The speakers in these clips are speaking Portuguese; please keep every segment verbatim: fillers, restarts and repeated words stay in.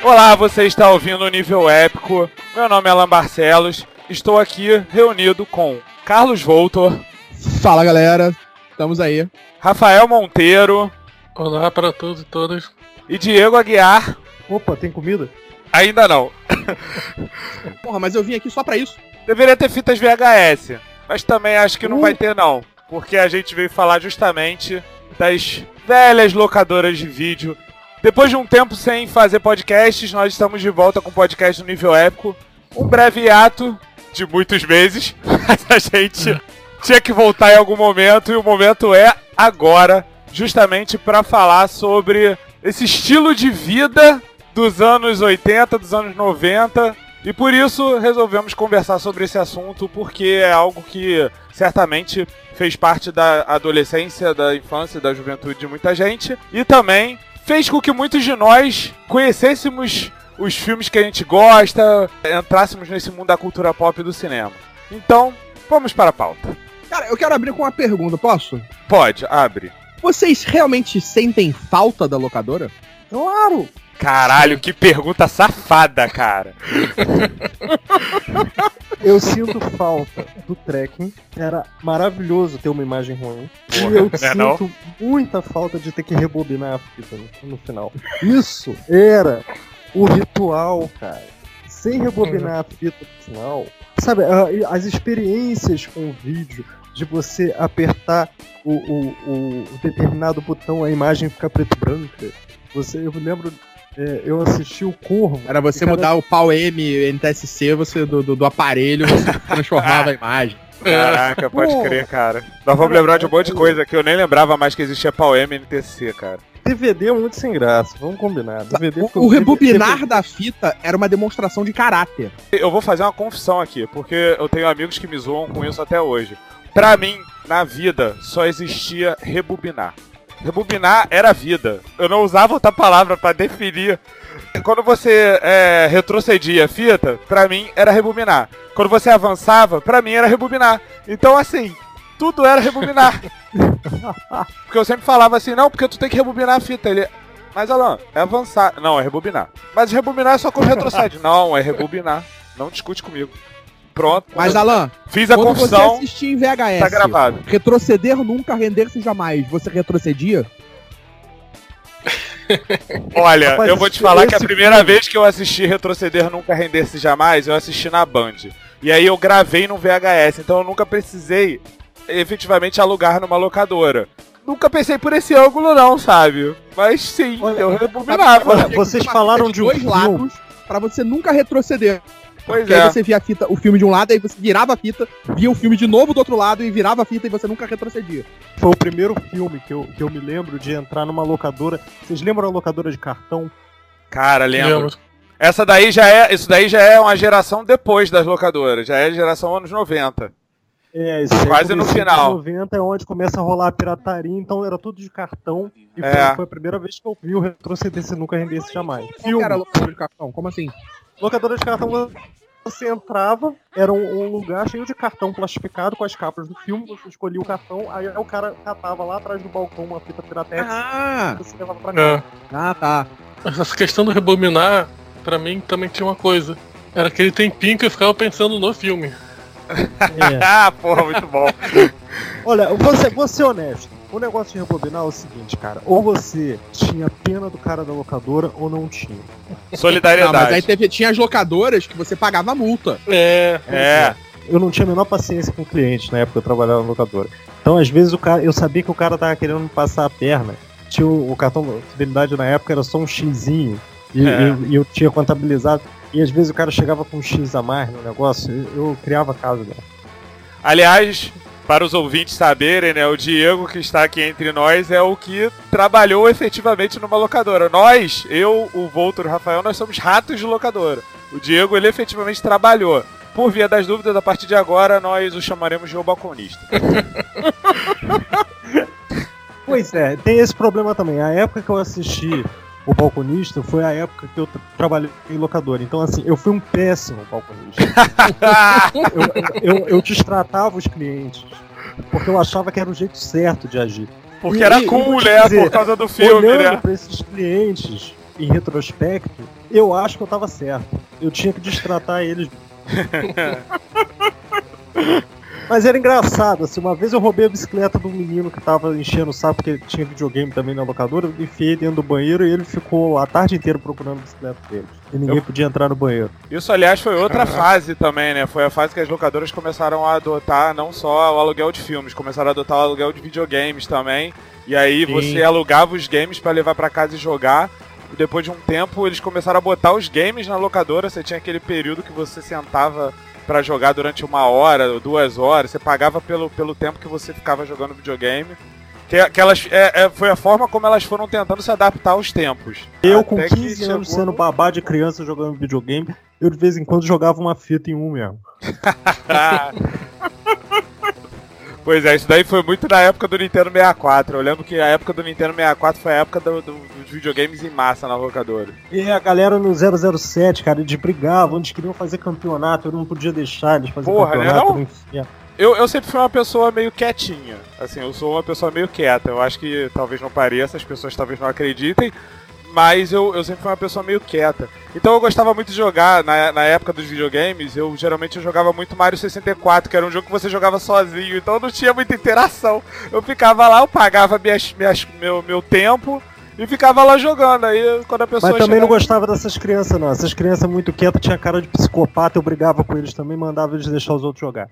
Olá, você está ouvindo o Nível Épico. Meu nome é Alan Barcelos. Estou aqui reunido com Carlos Voltor. Fala, galera. Estamos aí. Rafael Monteiro. Olá para todos e todas. E Diego Aguiar. Opa, tem comida? Ainda não. Porra, mas eu vim aqui só pra isso. Deveria ter fitas V H S, mas também acho que não Uh. vai ter não. Porque a gente veio falar justamente das velhas locadoras de vídeo. Depois de um tempo sem fazer podcasts, nós estamos de volta com o podcast do Nível Épico. Um breve hiato de muitos meses, mas a gente tinha que voltar em algum momento, e o momento é agora, justamente para falar sobre esse estilo de vida dos anos oitenta, dos anos noventa, e por isso resolvemos conversar sobre esse assunto, porque é algo que certamente fez parte da adolescência, da infância, da juventude de muita gente, e também fez com que muitos de nós conhecêssemos os filmes que a gente gosta, entrássemos nesse mundo da cultura pop e do cinema. Então, vamos para a pauta. Cara, eu quero abrir com uma pergunta, posso? Pode, abre. Vocês realmente sentem falta da locadora? Claro! Caralho, que pergunta safada, cara. Eu sinto falta do tracking. Era maravilhoso ter uma imagem ruim. Porra, e eu não é sinto não? muita falta de ter que rebobinar a fita no, no final. Isso era o ritual, cara. Sem rebobinar a fita no final. Sabe, a- as experiências com o vídeo, de você apertar o, o, o determinado botão, a imagem ficar preto e branca. Você, eu me lembro, é, eu assisti o Corvo. Era você e, cara, mudar o pau M, N T S C, você do, do, do aparelho, você transformava a imagem. Caraca, pode Pô. crer, cara. Nós vamos lembrar de um monte de coisa que eu nem lembrava mais que existia pau M e N T C, cara. D V D é muito sem graça, vamos combinar. D V D O, foi- o rebobinar D V D da fita era uma demonstração de caráter. Eu vou fazer uma confissão aqui, porque eu tenho amigos que me zoam com isso até hoje. Pra mim, na vida, só existia rebobinar. Rebobinar era vida. Eu não usava outra palavra pra definir. Quando você é, retrocedia a fita, pra mim era rebobinar. Quando você avançava, pra mim era rebobinar. Então, assim, tudo era rebobinar. Porque eu sempre falava assim, não, porque tu tem que rebobinar a fita. Ele, mas Alan, é avançar. Não, é rebobinar. Mas rebobinar é só quando retrocede. Não, é rebobinar. Não discute comigo. Pronto. Mas, Alan, Fiz a quando você confissão, assistia em V H S, tá gravado. retroceder nunca, render-se jamais, você retrocedia? Olha, Rapaz, eu vou te esse- falar que a esse primeira filme- vez que eu assisti Retroceder Nunca Render-se Jamais, eu assisti na Band. E aí eu gravei no V H S, então eu nunca precisei efetivamente alugar numa locadora. Nunca pensei por esse ângulo não, sabe? Mas sim, Olha, eu rebobinava. olha, vocês falaram de um dois filme. lados pra você nunca retroceder. Pois Porque aí é. você via a fita, o filme de um lado, aí você virava a fita, via o filme de novo do outro lado e virava a fita e você nunca retrocedia. Foi o primeiro filme que eu, que eu me lembro de entrar numa locadora. Vocês lembram a locadora de cartão? Cara, lembro. Lembro. Essa daí já é, isso daí já é uma geração depois das locadoras, já é geração anos noventa. É, isso aí, Quase no comecinho final. dos noventa é onde começa a rolar a pirataria, então era tudo de cartão. E foi, É. foi a primeira vez que eu vi o retroceder se nunca rendesse jamais. Qual Filme. que era a locadora de cartão? Como assim? Locadora de cartão, você entrava, era um, um lugar cheio de cartão plastificado com as capas do filme, você escolhia o cartão, aí o cara catava lá atrás do balcão uma fita piratex Ah, e você levava pra casa. É. ah, tá. Essa questão do rebobinar, pra mim, também tinha uma coisa. Era aquele tempinho que eu ficava pensando no filme. É. Ah, porra, muito bom. Olha, você, vou ser honesto. O negócio de rebobinar é o seguinte, cara. Ou você tinha pena do cara da locadora ou não tinha. Solidariedade. Não, mas aí teve, tinha as locadoras que você pagava multa. É. É. Eu não tinha a menor paciência com o cliente na época que eu trabalhava na locadora. Então, às vezes, o cara, eu sabia que o cara tava querendo me passar a perna. Tinha o, o cartão de fidelidade na época era só um xizinho. E É. eu, e eu tinha contabilizado. E às vezes o cara chegava com um X a mais no negócio. Eu, eu criava caso, né? Aliás, para os ouvintes saberem, né, o Diego que está aqui entre nós é o que trabalhou efetivamente numa locadora. Nós, eu, o Voltor e o Rafael, nós somos ratos de locadora. O Diego, ele efetivamente trabalhou. Por via das dúvidas, a partir de agora, nós o chamaremos de o balconista. Pois é, tem esse problema também. A época que eu assisti O Balconista foi a época que eu tra- trabalhei em locadora. Então, assim, eu fui um péssimo balconista. eu, eu, eu destratava os clientes. Porque eu achava que era o jeito certo de agir. Porque E- era e- cool, e vou te né? dizer, Por causa do filme, olhando né? pra esses clientes, em retrospecto, Eu acho que eu tava certo. Eu tinha que destratar eles. Mas era engraçado, assim, uma vez eu roubei a bicicleta de um menino que tava enchendo o saco, porque tinha videogame também na locadora, eu enfiei dentro do banheiro e ele ficou a tarde inteira procurando a bicicleta dele. E ninguém eu... podia entrar no banheiro. Isso, aliás, foi outra fase também, né? Foi a fase que as locadoras começaram a adotar não só o aluguel de filmes, começaram a adotar o aluguel de videogames também. E aí Sim. você alugava os games pra levar pra casa e jogar. E depois de um tempo eles começaram a botar os games na locadora, você tinha aquele período que você sentava pra jogar durante uma hora ou duas horas, você pagava pelo, pelo tempo que você ficava jogando videogame. Que, que elas, é, é, foi a forma como elas foram tentando se adaptar aos tempos. Eu com quinze anos chegou... sendo babá de criança jogando videogame, eu de vez em quando jogava uma fita em um mesmo. Pois é, isso daí foi muito na época do Nintendo sessenta e quatro. Eu lembro que a época do Nintendo sessenta e quatro foi a época do, do, dos videogames em massa na locadora. E a galera no zero zero sete, cara, eles brigavam, eles queriam fazer campeonato, eu não podia deixar eles fazerem campeonato. Né, não? Eu, eu sempre fui uma pessoa meio quietinha. Assim, eu sou uma pessoa meio quieta. Eu acho que talvez não pareça, as pessoas talvez não acreditem. Mas eu, eu sempre fui uma pessoa meio quieta. Então eu gostava muito de jogar, na, na época dos videogames, eu geralmente eu jogava muito Mario sessenta e quatro, que era um jogo que você jogava sozinho, então não tinha muita interação. Eu ficava lá, eu pagava minhas, minhas, meu, meu tempo e ficava lá jogando. Aí quando a pessoa Mas também chegava... não gostava dessas crianças não, essas crianças muito quietas tinham cara de psicopata, eu brigava com eles também, mandava eles deixar os outros jogar.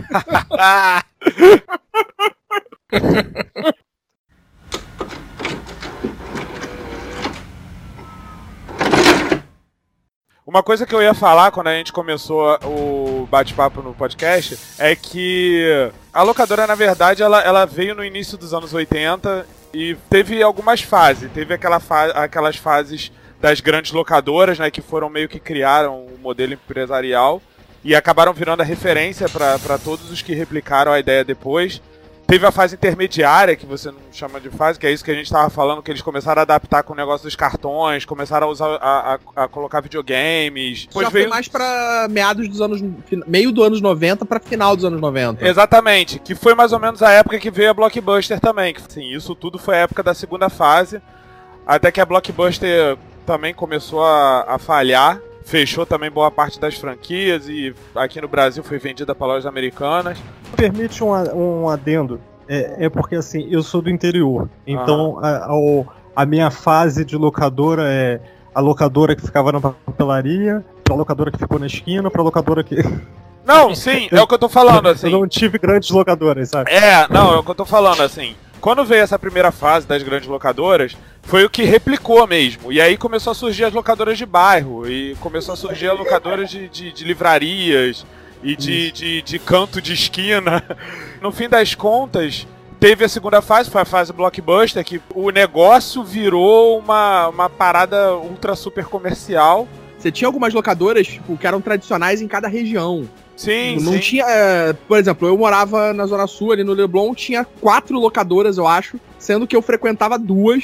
Uma coisa que eu ia falar quando a gente começou o bate-papo no podcast é que a locadora, na verdade, ela, ela veio no início dos anos oitenta e teve algumas fases. Teve aquela fa- aquelas fases das grandes locadoras, né, que foram meio que criaram o modelo empresarial e acabaram virando a referência para todos os que replicaram a ideia depois. Teve a fase intermediária, que você não chama de fase, que é isso que a gente estava falando, que eles começaram a adaptar com o negócio dos cartões, começaram a usar, a, a, a colocar videogames. Já veio... foi mais pra meados dos anos, meio do anos noventa pra final dos anos noventa. Exatamente, que foi mais ou menos a época que veio a Blockbuster também. Que, assim, isso tudo foi a época da segunda fase, até que a Blockbuster também começou a, a falhar. Fechou também boa parte das franquias e aqui no Brasil foi vendida para lojas americanas. Permite um, um adendo, é, é porque assim, eu sou do interior, então a, a, a minha fase de locadora é a locadora que ficava na papelaria, pra locadora que ficou na esquina, pra locadora que... Não, sim, é o que eu tô falando, assim. Eu não tive grandes locadoras, sabe? É, não, é o que eu tô falando, assim. Quando veio essa primeira fase das grandes locadoras, foi o que replicou mesmo. E aí começou a surgir as locadoras de bairro, e começou a surgir as locadoras de, de, de livrarias, e de, de, de canto de esquina. No fim das contas, teve a segunda fase, foi a fase Blockbuster, que o negócio virou uma, uma parada ultra super comercial. Você tinha algumas locadoras, tipo, que eram tradicionais em cada região. Sim, não sim. tinha, é, por exemplo, eu morava na Zona Sul, ali no Leblon, tinha quatro locadoras, eu acho, sendo que eu frequentava duas.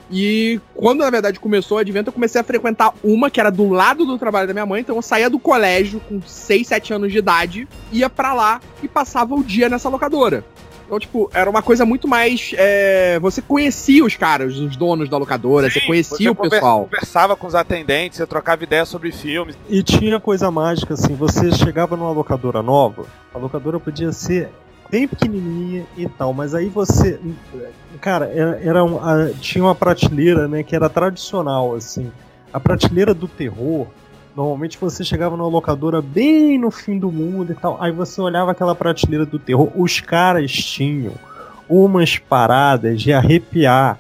E quando, na verdade, começou o Advento, eu comecei a frequentar uma que era do lado do trabalho da minha mãe. Então eu saía do colégio com seis, sete anos de idade, ia pra lá e passava o dia nessa locadora. Então, tipo, era uma coisa muito mais... É, você conhecia os caras, os donos da locadora, Sim, você conhecia você o pessoal. Você conversava com os atendentes, você trocava ideias sobre filmes. E tinha coisa mágica, assim, você chegava numa locadora nova, a locadora podia ser bem pequenininha e tal, mas aí você... Cara, era, era um, a, tinha uma prateleira, né, que era tradicional, assim. A prateleira do terror... Normalmente você chegava numa locadora bem no fim do mundo e tal, aí você olhava aquela prateleira do terror, os caras tinham umas paradas de arrepiar,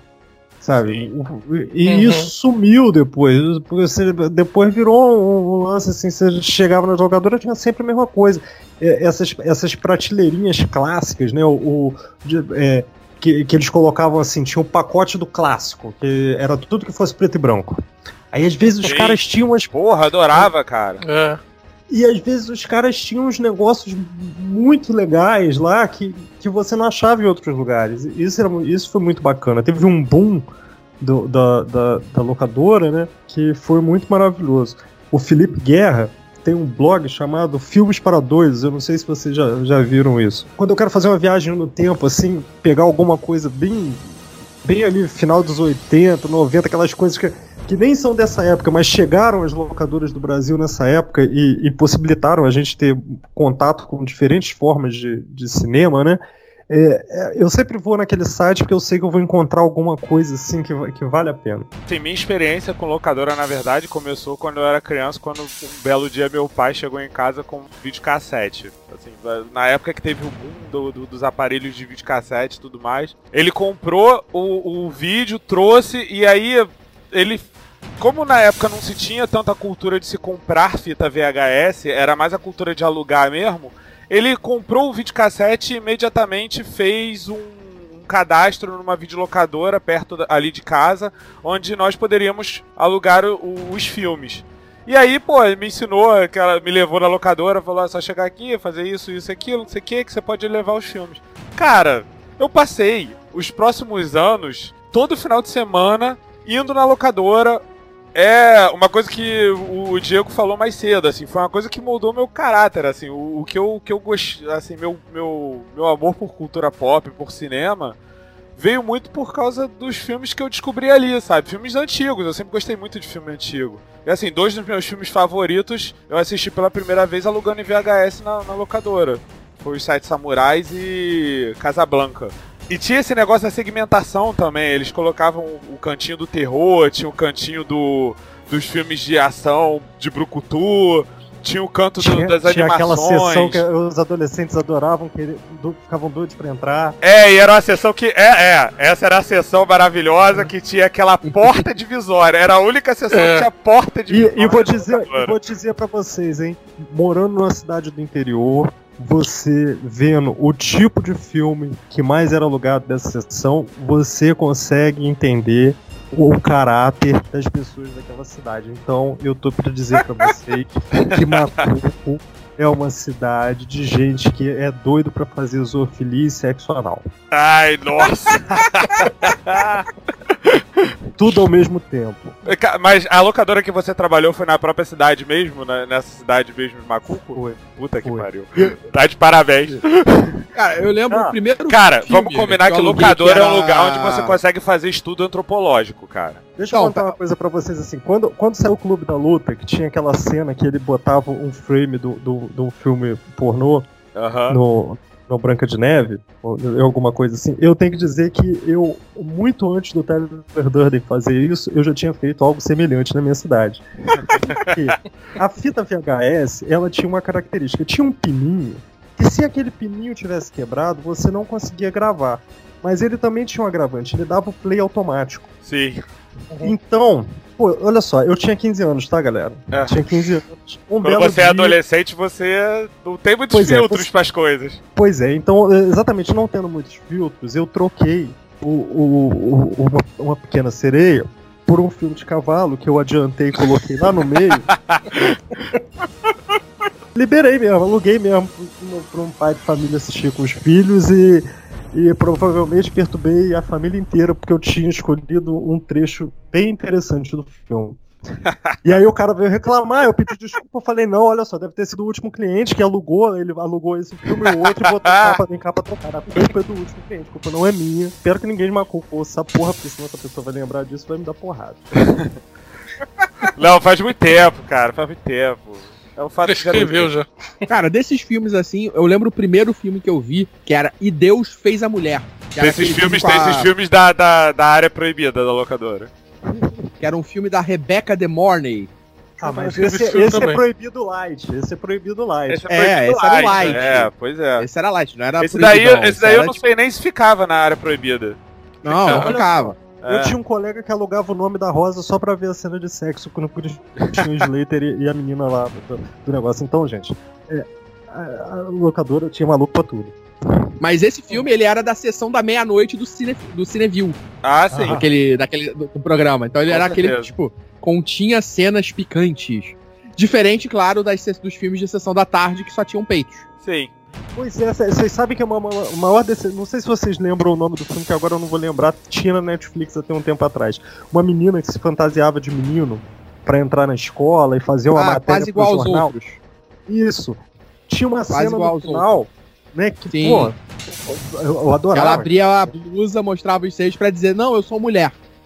sabe? E uhum. isso sumiu depois, você, depois virou um, um lance assim, você chegava na locadora tinha sempre a mesma coisa. Essas, essas prateleirinhas clássicas, né? O, o de, é, que, que eles colocavam assim, tinha o pacote do clássico, que era tudo que fosse preto e branco. Aí às vezes os Sim. caras tinham umas... Porra, adorava, cara. É. E às vezes os caras tinham uns negócios muito legais lá que, que você não achava em outros lugares. Isso, era, isso foi muito bacana. Teve um boom do, da, da, da locadora, né? Que foi muito maravilhoso. O Felipe Guerra tem um blog chamado Filmes para Dois. Eu não sei se vocês já, já viram isso. Quando eu quero fazer uma viagem no tempo, assim, pegar alguma coisa bem... bem ali, final dos oitenta, noventa, aquelas coisas que que nem são dessa época, mas chegaram às locadoras do Brasil nessa época e, e possibilitaram a gente ter contato com diferentes formas de, de cinema, né? É, é, eu sempre vou naquele site porque eu sei que eu vou encontrar alguma coisa assim que, que vale a pena. Sim, minha experiência com locadora, na verdade, começou quando eu era criança, quando um belo dia meu pai chegou em casa com um videocassete. Assim, na época que teve o boom do, do, dos aparelhos de videocassete e tudo mais. Ele comprou o, o vídeo, trouxe, e aí ele... Como na época não se tinha tanta cultura de se comprar fita V H S, era mais a cultura de alugar mesmo, ele comprou o videocassete e imediatamente fez um, um cadastro numa videolocadora perto da, ali de casa, onde nós poderíamos alugar o, o, os filmes. E aí, pô, ele me ensinou, que ela me levou na locadora, falou, é só chegar aqui, fazer isso, isso, aquilo, não sei o que, que você pode levar os filmes. Cara, eu passei os próximos anos, todo final de semana, indo na locadora. É uma coisa que o Diego falou mais cedo, assim, foi uma coisa que moldou meu caráter, assim, o, o que eu, que eu gostei, assim, meu, meu, meu amor por cultura pop, por cinema, veio muito por causa dos filmes que eu descobri ali, sabe, filmes antigos, eu sempre gostei muito de filme antigo. E assim, dois dos meus filmes favoritos eu assisti pela primeira vez alugando em V H S na, na locadora, foi Os Sete Samurais e Casablanca. E tinha esse negócio da segmentação também, eles colocavam o cantinho do terror, tinha o cantinho do, dos filmes de ação de brucutu, tinha o canto do, tinha, das tinha animações. Tinha aquela sessão que os adolescentes adoravam, que do, ficavam doidos pra entrar. É, e era uma sessão que... É, é, essa era a sessão maravilhosa que tinha aquela porta divisória, era a única sessão é. que tinha porta divisória. E, e vou dizer, vou dizer pra vocês, hein, morando numa cidade do interior, você vendo o tipo de filme que mais era alugado dessa sessão, você consegue entender o caráter das pessoas daquela cidade. Então, eu tô pra dizer pra vocês que Macuco é uma cidade de gente que é doido pra fazer zoofilia e sexo anal. Ai, nossa! Tudo ao mesmo tempo. Mas a locadora que você trabalhou foi na própria cidade mesmo? Né? Nessa cidade mesmo de Macuco? Foi. Puta que foi. pariu. Tá de parabéns. Cara, eu lembro ah. o primeiro Cara, filme, vamos combinar que, que locadora que era... é um lugar onde você consegue fazer estudo antropológico, cara. Deixa eu contar uma coisa pra vocês assim. Quando, quando saiu o Clube da Luta, que tinha aquela cena que ele botava um frame do, do, do filme pornô uh-huh. no... no Branca de Neve, ou alguma coisa assim, eu tenho que dizer que eu, muito antes do Tyler Durden fazer isso, eu já tinha feito algo semelhante na minha cidade. Porque a fita V H S, ela tinha uma característica, tinha um pininho, que se aquele pininho tivesse quebrado, você não conseguia gravar. Mas ele também tinha um agravante, ele dava o play automático. Sim. Então, pô, olha só, eu tinha quinze anos, tá, galera? É. Tinha quinze anos. Um Quando você dia... é adolescente, você não tem muitos pois filtros é, pras coisas. Pois é, então, exatamente, não tendo muitos filtros, eu troquei o, o, o, uma, uma Pequena Sereia por um filme de cavalo que eu adiantei e coloquei lá no meio. Liberei mesmo, aluguei mesmo pra um pai de família assistir com os filhos e... E provavelmente perturbei a família inteira porque eu tinha escolhido um trecho bem interessante do filme. E aí o cara veio reclamar, eu pedi desculpa, eu falei, não, olha só, deve ter sido o último cliente que alugou, ele alugou esse filme e o outro e botou capa, vem cá pra trocar. A culpa é do último cliente, a culpa não é minha. Espero que ninguém me macucou essa porra, porque senão essa pessoa vai lembrar disso e vai me dar porrada. Não, faz muito tempo, cara, faz muito tempo. É um fato escreveu já. Cara, desses filmes assim, eu lembro o primeiro filme que eu vi, que era E Deus Fez a Mulher. Desses filmes, tem esses filmes da, da, da área proibida da locadora. Que era um filme da Rebecca De Mornay. Ah, mas esse, esse, esse é proibido light. Esse é proibido light. Esse é, é esse era o light. É, pois é. Esse era light, não era esse daí, não. Esse daí eu não tipo... sei nem se ficava na área proibida. Não, não ficava. Eu é. tinha um colega que alugava o Nome da Rosa só pra ver a cena de sexo com o Christian Slater e, e a menina lá do, do negócio. Então, gente, é, a, a locadora tinha maluco pra tudo. Mas esse filme, ele era da sessão da meia-noite do, cine, do Cineville. Ah, sim. Daquele, daquele, do, do programa. Então ele com era certeza. Aquele, tipo, continha cenas picantes. Diferente, claro, das, dos filmes de sessão da tarde que só tinham peitos. Sim. Pois é, vocês sabem que é uma, uma, uma maior decepção. Não sei se vocês lembram o nome do filme, que agora eu não vou lembrar. Tinha na Netflix até um tempo atrás. Uma menina que se fantasiava de menino pra entrar na escola e fazer uma ah, matéria quase igual pro jornal. Aos outros. Isso. Tinha uma quase cena no final, outros. Né, que, Sim. pô, eu, eu adorava. Ela abria a blusa, mostrava os seios pra dizer, não, eu sou mulher.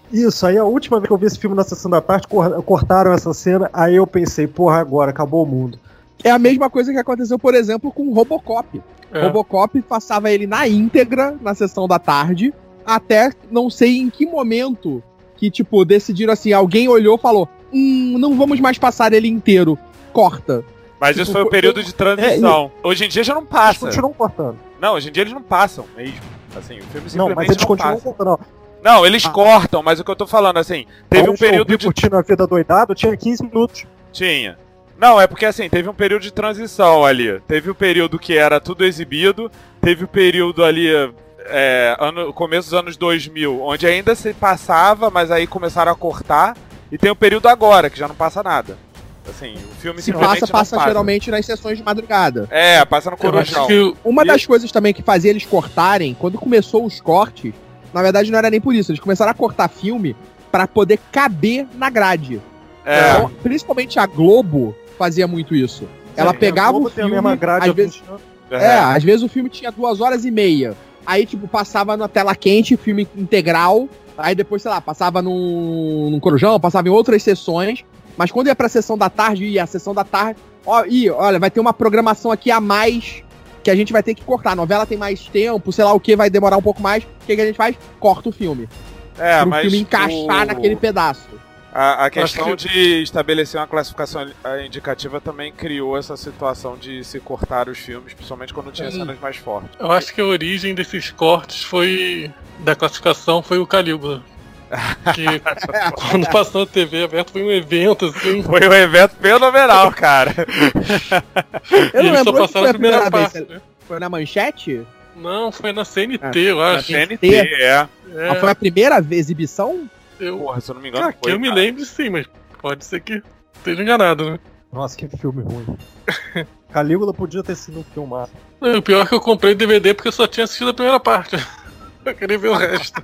Isso, aí a última vez que eu vi esse filme na sessão da tarde, cor- cortaram essa cena, aí eu pensei, porra, agora, acabou o mundo. É a mesma coisa que aconteceu, por exemplo, com o Robocop. É. Robocop passava ele na íntegra, na sessão da tarde, até não sei em que momento que, tipo, decidiram assim, alguém olhou e falou, hum, não vamos mais passar ele inteiro, corta. Mas Tipo, isso foi o foi- período de transição. Hoje em dia já não Eles passa. continuam cortando. Não, hoje em dia eles não passam mesmo. Assim, o filme simplesmente Não, mas eles não continuam passa. cortando. Não, eles cortam, mas o que eu tô falando, assim, teve um Onde eu período vi de... curtindo a vida doidado, tinha quinze minutos. Tinha. Não, é porque assim, teve um período de transição ali. Teve o período que era tudo exibido, teve o período ali, é, ano, começo dos anos dois mil, onde ainda se passava, mas aí começaram a cortar, e tem o período agora, que já não passa nada. Assim, o filme Se simplesmente passa, não passa geralmente nas sessões de madrugada. É, passa no Eu acho Corujão. que o- Uma E- das coisas também que fazia eles cortarem, quando começou os cortes, na verdade não era nem por isso, eles começaram a cortar filme pra poder caber na grade. É, Então, principalmente a Globo fazia muito isso. Ela Sim, pegava a Globo o tem a filme, mesma grade às há vezes, vinte anos. é, às vezes o filme tinha duas horas e meia. Aí, tipo, passava na tela quente, filme integral. Aí depois, sei lá, passava no, no Corujão, passava em outras sessões. Mas quando ia pra sessão da tarde, ia a sessão da tarde. Ó, e olha, vai ter uma programação aqui a mais que a gente vai ter que cortar. A novela tem mais tempo, sei lá o que, vai demorar um pouco mais. O que, que a gente faz? Corta o filme. é, pro mas filme encaixar o- naquele pedaço. A, a questão Acho de estabelecer uma classificação indicativa também criou essa situação de se cortar os filmes, principalmente quando tinha Sim. cenas mais fortes. eu acho que a origem desses cortes foi. Da classificação foi o Calígula. Que quando passou na T V aberta foi um evento assim. Foi um evento fenomenal, cara. Eu E não eles só lembro onde passaram foi a a primeira primeira vez. parte. Né? Foi na Manchete? Não, foi na C N T, Ah, eu na acho. C N T. C N T, é. É, Ah, foi a primeira vez exibição? eu, Porra, se eu não me engano, ah, que foi. eu me cara. lembro sim, mas pode ser que esteja enganado, né? Nossa, que filme ruim. Calígula podia ter sido um filmado. O pior é que eu comprei D V D porque eu só tinha assistido a primeira parte. Eu queria ver o resto.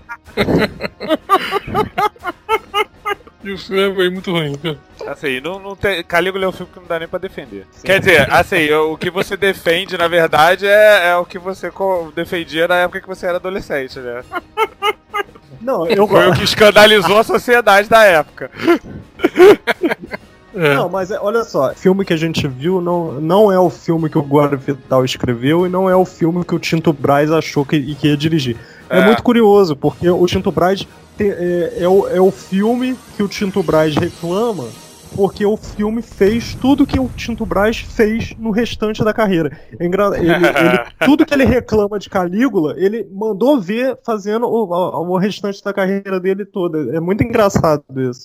E o filme foi muito ruim. Cara. Assim, não, não tem. Calígula é um filme que não dá nem pra defender. Quer dizer, assim, o que você defende, na verdade, é, é o que você co- defendia na época que você era adolescente, né? Não, eu Foi o que escandalizou a sociedade da época. É. Não, mas é- olha só, o filme que a gente viu não, não é o filme que o Guarda Vital escreveu e não é o filme que o Tinto Braz achou que, que ia dirigir. É, É. muito curioso, porque o Tinto Braz tem- é, é, o, é o filme que o Tinto Braz reclama, porque o filme fez tudo que o Tinto Braz fez no restante da carreira. É engra- ele- ele- tudo que ele reclama de Calígula, ele mandou ver fazendo o, o- o restante da carreira dele toda. É muito engraçado isso.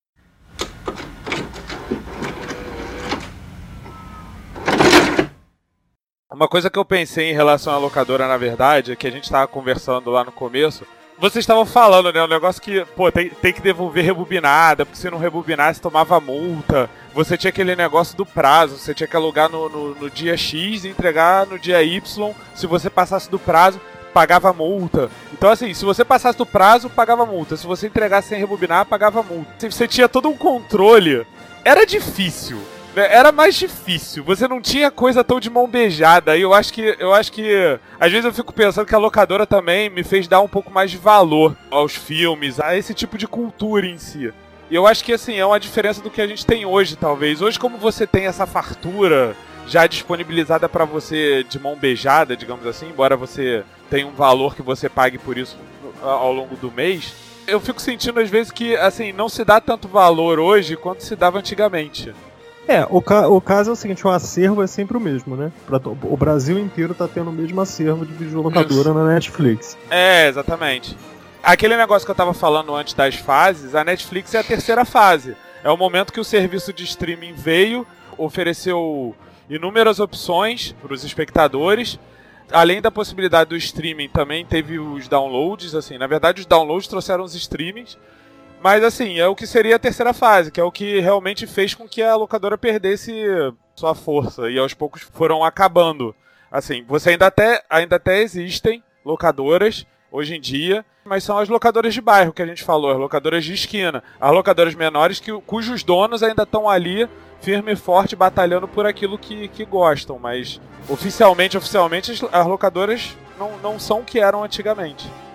Uma coisa que eu pensei em relação à locadora, na verdade, é que a gente tava conversando lá no começo. Vocês estavam falando, né? Um negócio que, pô, tem, tem que devolver rebobinada, porque se não rebobinasse, tomava multa. Você tinha aquele negócio do prazo, você tinha que alugar no, no, no dia X e entregar no dia Y. Se você passasse do prazo, pagava multa. Então, assim, se você passasse do prazo, pagava multa. Se você entregasse sem rebobinar, pagava multa. Se você tinha todo um controle, era difícil. Era mais difícil, você não tinha coisa tão de mão beijada. E eu acho que, eu acho que, às vezes eu fico pensando que a locadora também me fez dar um pouco mais de valor aos filmes, a esse tipo de cultura em si. E eu acho que, assim, é uma diferença do que a gente tem hoje, talvez. Hoje, como você tem essa fartura já disponibilizada pra você de mão beijada, digamos assim, embora você tenha um valor que você pague por isso ao longo do mês, eu fico sentindo, às vezes, que, assim, não se dá tanto valor hoje quanto se dava antigamente. É, o, ca o caso é o seguinte, o acervo é sempre o mesmo, né? Pra o Brasil inteiro tá tendo o mesmo acervo de videolocadora na Netflix. É, exatamente. Aquele negócio que eu tava falando antes das fases, a Netflix é a terceira fase. É o momento que o serviço de streaming veio, ofereceu inúmeras opções para os espectadores. Além da possibilidade do streaming, também teve os downloads, assim. Na verdade, os downloads trouxeram os streamings. Mas, assim, é o que seria a terceira fase, que é o que realmente fez com que a locadora perdesse sua força. E aos poucos foram acabando. Assim, você ainda até, ainda até existem locadoras hoje em dia, mas são as locadoras de bairro que a gente falou, as locadoras de esquina. As locadoras menores que, cujos donos ainda estão ali, firme e forte, batalhando por aquilo que, que gostam. Mas, oficialmente, oficialmente, as, as locadoras não, não são o que eram antigamente.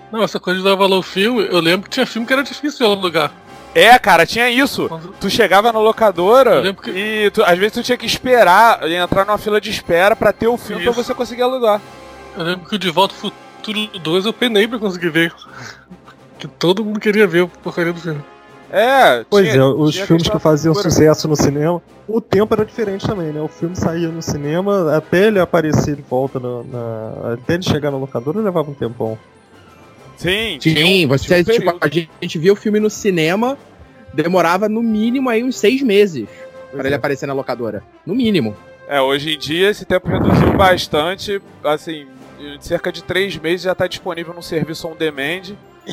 Não, essa coisa de dar valor ao filme, eu lembro que tinha filme que era difícil de alugar. É, cara, tinha isso. Tu chegava na locadora que... e tu, às vezes tu tinha que esperar, entrar numa fila de espera pra ter o filme isso. Pra você conseguir alugar. Eu lembro que o De Volta ao Futuro dois eu penei pra conseguir ver. Que todo mundo queria ver a porcaria do filme. É, pois tinha, é, os tinha filmes que faziam figura. sucesso no cinema, o tempo era diferente também, né? O filme saía no cinema, até ele aparecer de volta, na, na, até ele chegar na locadora, levava um tempão. Sim, sim, um, você, tipo, a gente, a gente via o filme no cinema, demorava no mínimo aí uns seis meses pois pra é. ele aparecer na locadora. No mínimo. É, hoje em dia esse tempo reduziu bastante, assim, em cerca de três meses já tá disponível no serviço on demand.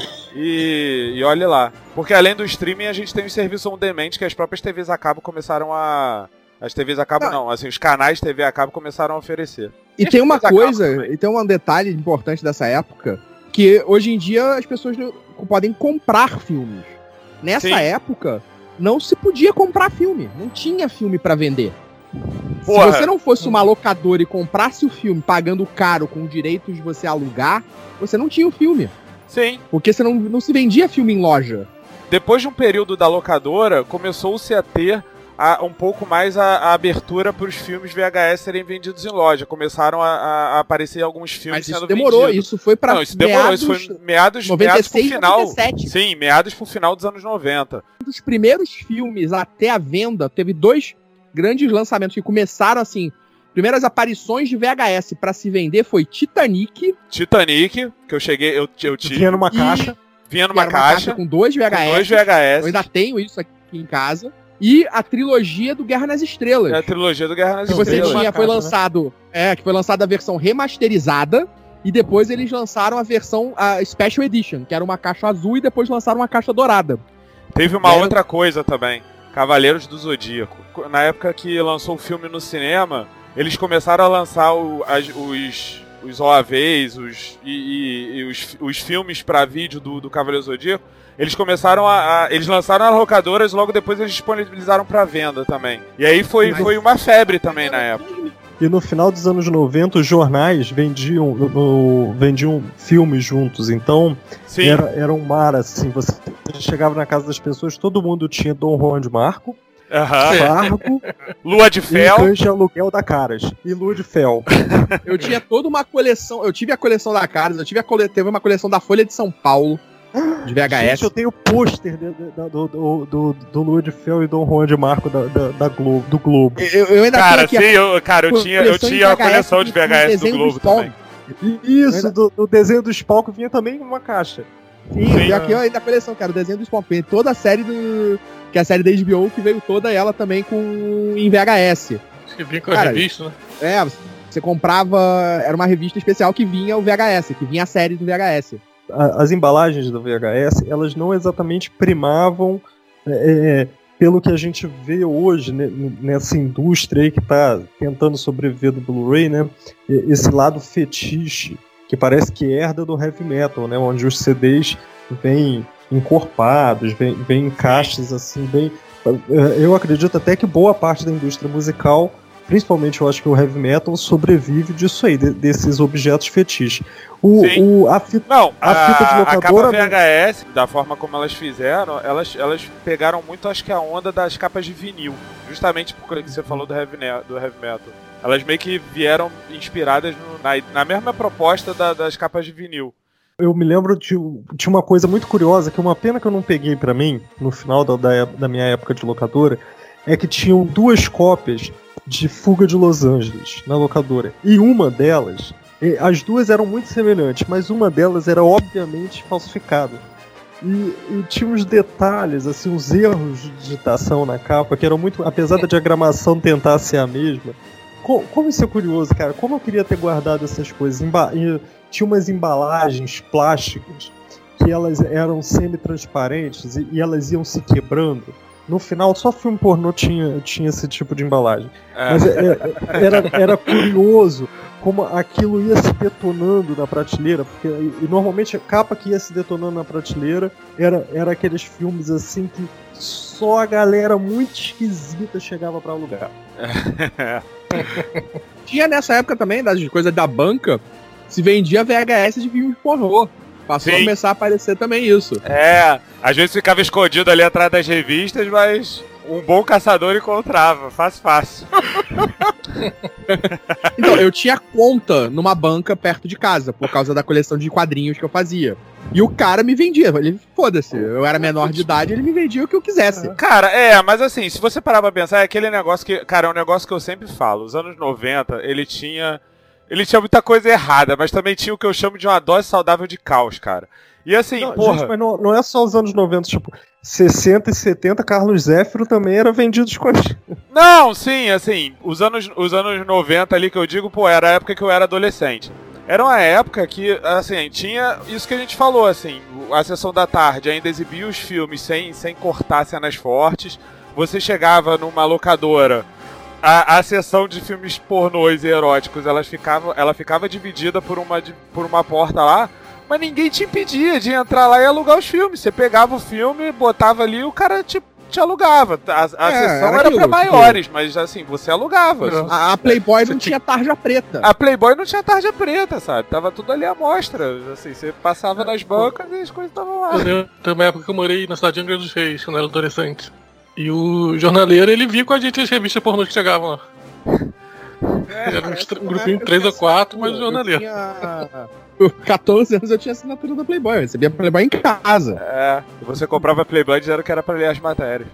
E, e olha lá. Porque além do streaming, a gente tem o serviço on demand que as próprias T Vs a cabo começaram a... As T Vs a cabo não, não assim, os canais T V a cabo começaram a oferecer. E, e tem uma coisa, e tem um detalhe importante dessa época, que hoje em dia as pessoas não, podem comprar filmes. Nessa Sim. época, não se podia comprar filme. Não tinha filme pra vender. Porra. Se você não fosse uma locadora e comprasse o filme pagando caro com o direito de você alugar, você não tinha o filme. Sim. Porque você não, não se vendia filme em loja. Depois de um período da locadora, começou-se a ter a, um pouco mais a, a abertura para os filmes V H S serem vendidos em loja. Começaram a, a aparecer alguns filmes Mas isso sendo demorou, vendidos. isso foi para Não, isso demorou, isso foi meados, noventa e seis, meados pro final. noventa e sete. Sim, meados pro final dos anos noventa. Um dos primeiros filmes até a venda, teve dois grandes lançamentos que começaram assim... Primeiras aparições de V H S pra se vender foi Titanic. Titanic, que eu cheguei, eu, eu tive. Vinha numa caixa. Vinha numa caixa, caixa com dois V H S. Com dois V H S. Eu ainda tenho isso aqui em casa. E a trilogia do Guerra nas Estrelas. É a trilogia do Guerra nas que Estrelas. Você tinha, foi lançado, né? É, que foi lançada a versão remasterizada. E depois eles lançaram a versão a Special Edition, que era uma caixa azul, e depois lançaram uma caixa dourada. Teve uma era... outra coisa também. Cavaleiros do Zodíaco. Na época que lançou o filme no cinema, eles começaram a lançar o, as, os, os O A Vs os, e, e, e os, os filmes pra vídeo do, do Cavaleiro do Zodíaco. Eles começaram a, a... Eles lançaram nas locadoras, logo depois eles disponibilizaram pra venda também. E aí foi, Mas... foi uma febre também na época. E no final dos anos noventa, os jornais vendiam, no, no, vendiam filmes juntos. Então, era, era um mar, assim. Você chegava na casa das pessoas, todo mundo tinha Dom Juan de Marco, Uhum. Fargo, Lua de Fel e Cães de Aluguel da Caras. E Lua de Fel. Eu tinha toda uma coleção. Eu tive a coleção da Caras, eu tive a cole, teve uma coleção da Folha de São Paulo. De V H S. Gente, eu tenho pôster do, do, do, do, do Lua de Fel e Dom Juan de Marco da, da, da Globo, do Globo. Eu, eu ainda cara, sim, eu, cara, eu tinha, eu tinha a coleção de V H S do Globo também. Isso, do, do desenho do Spawn que vinha também em uma caixa. Sim, sim. E aqui ó, ainda a coleção, cara, o desenho do Spawn. Toda a série do... Que é a série da H B O, que veio toda ela também com em V H S. Que vinha com a cara, revista, né? É, você comprava... Era uma revista especial que vinha o V H S, que vinha a série do V H S. As embalagens do V H S, elas não exatamente primavam é, pelo que a gente vê hoje, né, nessa indústria aí que está tentando sobreviver do Blu-ray, né? Esse lado fetiche, que parece que herda do heavy metal, né? Onde os C Ds vêm encorpados, vêm, vêm em caixas assim, bem... Eu acredito até que boa parte da indústria musical, principalmente eu acho que o heavy metal, sobrevive disso aí, de, desses objetos fetiches. O, o, a fita, Não, a, a fita de locadora... A capa V H S, da forma como elas fizeram, elas, elas pegaram muito, acho que a onda das capas de vinil. Justamente porque você falou do heavy, do heavy metal. Elas meio que vieram inspiradas no, na, na mesma proposta da, das capas de vinil. Eu me lembro de, de uma coisa muito curiosa, que uma pena que eu não peguei pra mim, no final da, da, da minha época de locadora, é que tinham duas cópias de Fuga de Los Angeles na locadora. E uma delas, as duas eram muito semelhantes, mas uma delas era obviamente falsificada. E, e tinha uns detalhes, assim, uns erros de digitação na capa, que eram muito, apesar da diagramação tentar ser a mesma. Como, como isso é curioso, cara, como eu queria ter guardado essas coisas. Emba- e, tinha umas embalagens plásticas que elas eram semi-transparentes e, e elas iam se quebrando. No final, só filme pornô tinha, tinha esse tipo de embalagem. É. Mas é, era, era curioso como aquilo ia se detonando na prateleira, porque e normalmente a capa que ia se detonando na prateleira era, era aqueles filmes assim que só a galera muito esquisita chegava pra alugar. Tinha nessa época também, das coisas da banca, se vendia V H S de filmes pornô. Passou Sim. a começar a aparecer também isso. É, às vezes ficava escondido ali atrás das revistas, mas um bom caçador encontrava, fácil, fácil. Então, eu tinha conta numa banca perto de casa, por causa da coleção de quadrinhos que eu fazia. E o cara me vendia, ele, foda-se, eu era menor de idade, ele me vendia o que eu quisesse. Cara, é, mas assim, se você parar pra pensar, é aquele negócio que, cara, é um negócio que eu sempre falo, os anos noventa, ele tinha, ele tinha muita coisa errada, mas também tinha o que eu chamo de uma dose saudável de caos, cara. E assim, Não, porra... gente, mas não, não é só os anos noventa, tipo, sessenta e setenta, Carlos Zéfiro também era vendido de coisa. Não, sim, assim, os anos, os anos noventa ali que eu digo, pô, era a época que eu era adolescente. Era uma época que, assim, tinha isso que a gente falou, assim, a sessão da tarde ainda exibia os filmes sem, sem cortar cenas fortes. Você chegava numa locadora, a, a sessão de filmes pornôs e eróticos, elas ficava, ela ficava dividida por uma, por uma porta lá, mas ninguém te impedia de entrar lá e alugar os filmes. Você pegava o filme, botava ali e o cara te, te alugava. A, a É, sessão era era aquilo, pra maiores, mas assim, você alugava. A, a Playboy não tinha tarja preta. A Playboy não tinha tarja preta, sabe? Tava tudo ali à mostra. Assim, você passava nas bancas e as coisas estavam lá. Eu lembro, tem uma época que eu morei na cidade de Angra dos Reis, quando eu era adolescente. E o jornaleiro, ele via com a gente as revistas pornôs que chegavam lá. Era um, um grupinho de três ou quatro, mas o jornaleiro. Eu tinha... Com catorze anos eu tinha assinatura da Playboy, eu recebia a Playboy em casa. É, e você comprava Playboy dizendo que era pra ler as matérias.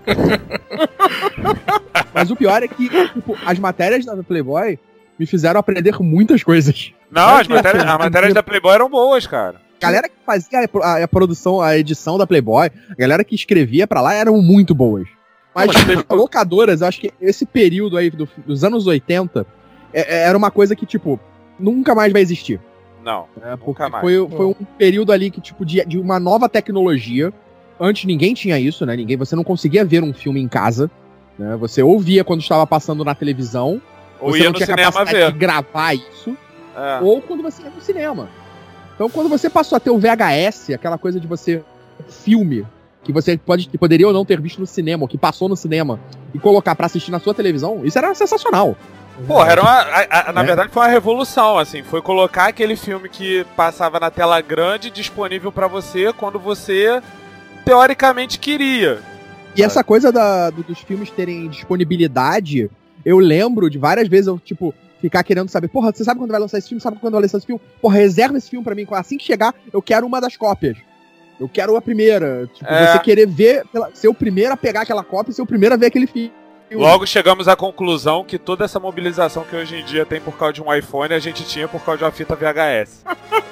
Mas o pior é que, tipo, as matérias da Playboy me fizeram aprender muitas coisas. Não, as matérias, as matérias da Playboy eram boas, cara. A galera que fazia a, a, a produção, a edição da Playboy, a galera que escrevia pra lá eram muito boas. Mas as locadoras, eu acho que esse período aí do, dos anos oitenta é, era uma coisa que, tipo, nunca mais vai existir. Não, É, nunca mais. Foi, foi um período ali que, tipo, de, de uma nova tecnologia. Antes ninguém tinha isso, né? Ninguém, você não conseguia ver um filme em casa. Né? Você ouvia quando estava passando na televisão. Ou você ia não no tinha cinema capacidade ver. de gravar isso. É. Ou quando você ia no cinema. Então, quando você passou a ter o V H S, aquela coisa de você... Filme, que você pode, que poderia ou não ter visto no cinema, ou que passou no cinema, e colocar pra assistir na sua televisão, isso era sensacional. Porra, era uma, a, a, na É. verdade foi uma revolução, assim, foi colocar aquele filme que passava na tela grande disponível pra você quando você teoricamente queria. E essa coisa da, do- dos filmes terem disponibilidade, eu lembro de várias vezes eu, tipo, ficar querendo saber, porra, você sabe quando vai lançar esse filme? Sabe quando vai lançar esse filme? Porra, reserva esse filme pra mim, assim que chegar, eu quero uma das cópias. Eu quero a primeira. Tipo, É. você querer ver, pela- ser o primeiro a pegar aquela cópia e ser o primeiro a ver aquele filme. Logo chegamos à conclusão que toda essa mobilização que hoje em dia tem por causa de um iPhone, a gente tinha por causa de uma fita V H S.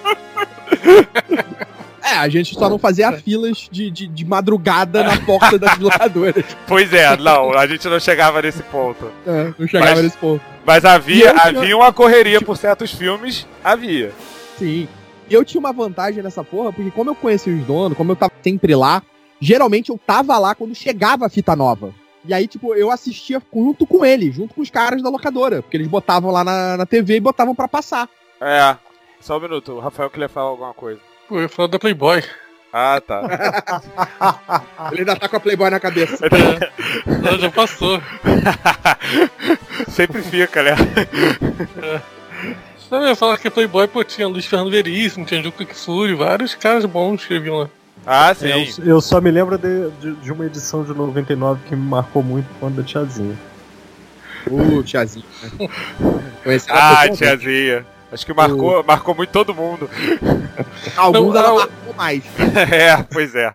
É, a gente só não fazia filas de, de, de madrugada na porta das locadoras. Pois é, não, a gente não chegava nesse ponto. É, não chegava Mas- nesse ponto. Mas E havia, eu tinha- havia uma correria por certos filmes, havia. Sim. E eu tinha uma vantagem nessa porra, porque como eu conhecia os donos, como eu tava sempre lá, geralmente eu tava lá quando chegava a fita nova. E aí, tipo, eu assistia junto com eles, junto com os caras da locadora. Porque eles botavam lá na, na T V e botavam pra passar. É. Só um minuto, o Rafael queria falar alguma coisa. Pô, eu ia falar da Playboy. Ah, tá. Ele ainda tá com a Playboy na cabeça. Ela já passou. Sempre fica, né? Eu ia falar que a Playboy, pô, tinha Luiz Fernando Veríssimo, tinha Juca Kfouri, vários caras bons que escreviam lá. Ah, É, sim. eu, eu só me lembro de, de, de uma edição de noventa e nove que me marcou muito, quando da tiazinha. Uh, tiazinha. né? Conheci ela Ah, pessoalmente. tiazinha. Acho que marcou, marcou muito todo mundo. Alguns Não, ela ah, marcou mais. É, pois é.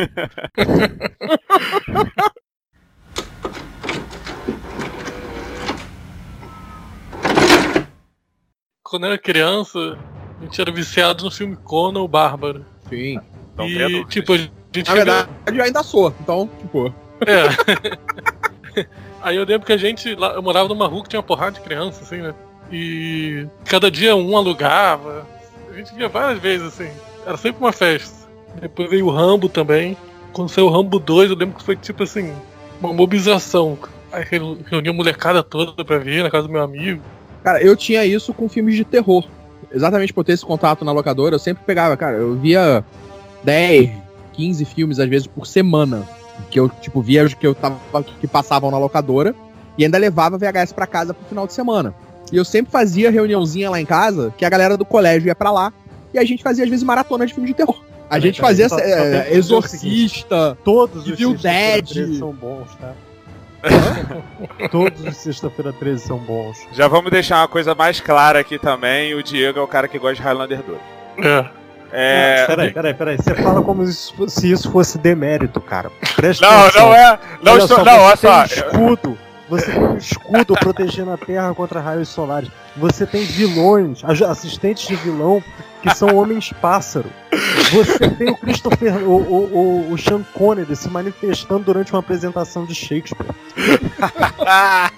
Quando eu era criança, a gente era viciado no filme Conan o Bárbaro. Sim. Não tem E, dúvidas. tipo, a gente Na fica- verdade, eu ainda sou. Então, tipo... É. Aí eu lembro que a gente, lá, eu morava numa rua que tinha uma porrada de criança, assim, né? E cada dia um alugava. A gente via várias vezes, assim. Era sempre uma festa. Depois veio o Rambo também. Quando saiu o Rambo dois, eu lembro que foi tipo assim, uma mobilização. Aí reu- reunia a molecada toda pra vir na casa do meu amigo. Cara, eu tinha isso com filmes de terror. Exatamente por ter esse contato na locadora, eu sempre pegava, cara, eu via dez, quinze filmes às vezes por semana. Que eu, tipo, via os que eu tava, que passavam na locadora e ainda levava V H S pra casa pro final de semana. E eu sempre fazia reuniãozinha lá em casa, que a galera do colégio ia pra lá, e a gente fazia às vezes maratona de filme de terror. A Peraí, gente peraí, fazia só- só é, tem que dizer o Exorcista, Todos os Evil Sexta-feira Dead. treze são bons, tá? Todos os Sexta-feira treze são bons. Já vamos deixar uma coisa mais clara aqui também. O Diego é o cara que gosta de Highlander dois. É. É... Não, peraí, peraí, peraí. Você fala como isso- se isso fosse demérito, cara. Presta Não, atenção. não é. Não, Olha estou... só, não, olha você só. tem escudo. Você tem um escudo protegendo a Terra contra raios solares. Você tem vilões, aj- assistentes de vilão, que são homens-pássaro. Você tem o Christopher, o, o, o, o Sean Connery se manifestando durante uma apresentação de Shakespeare. Ah,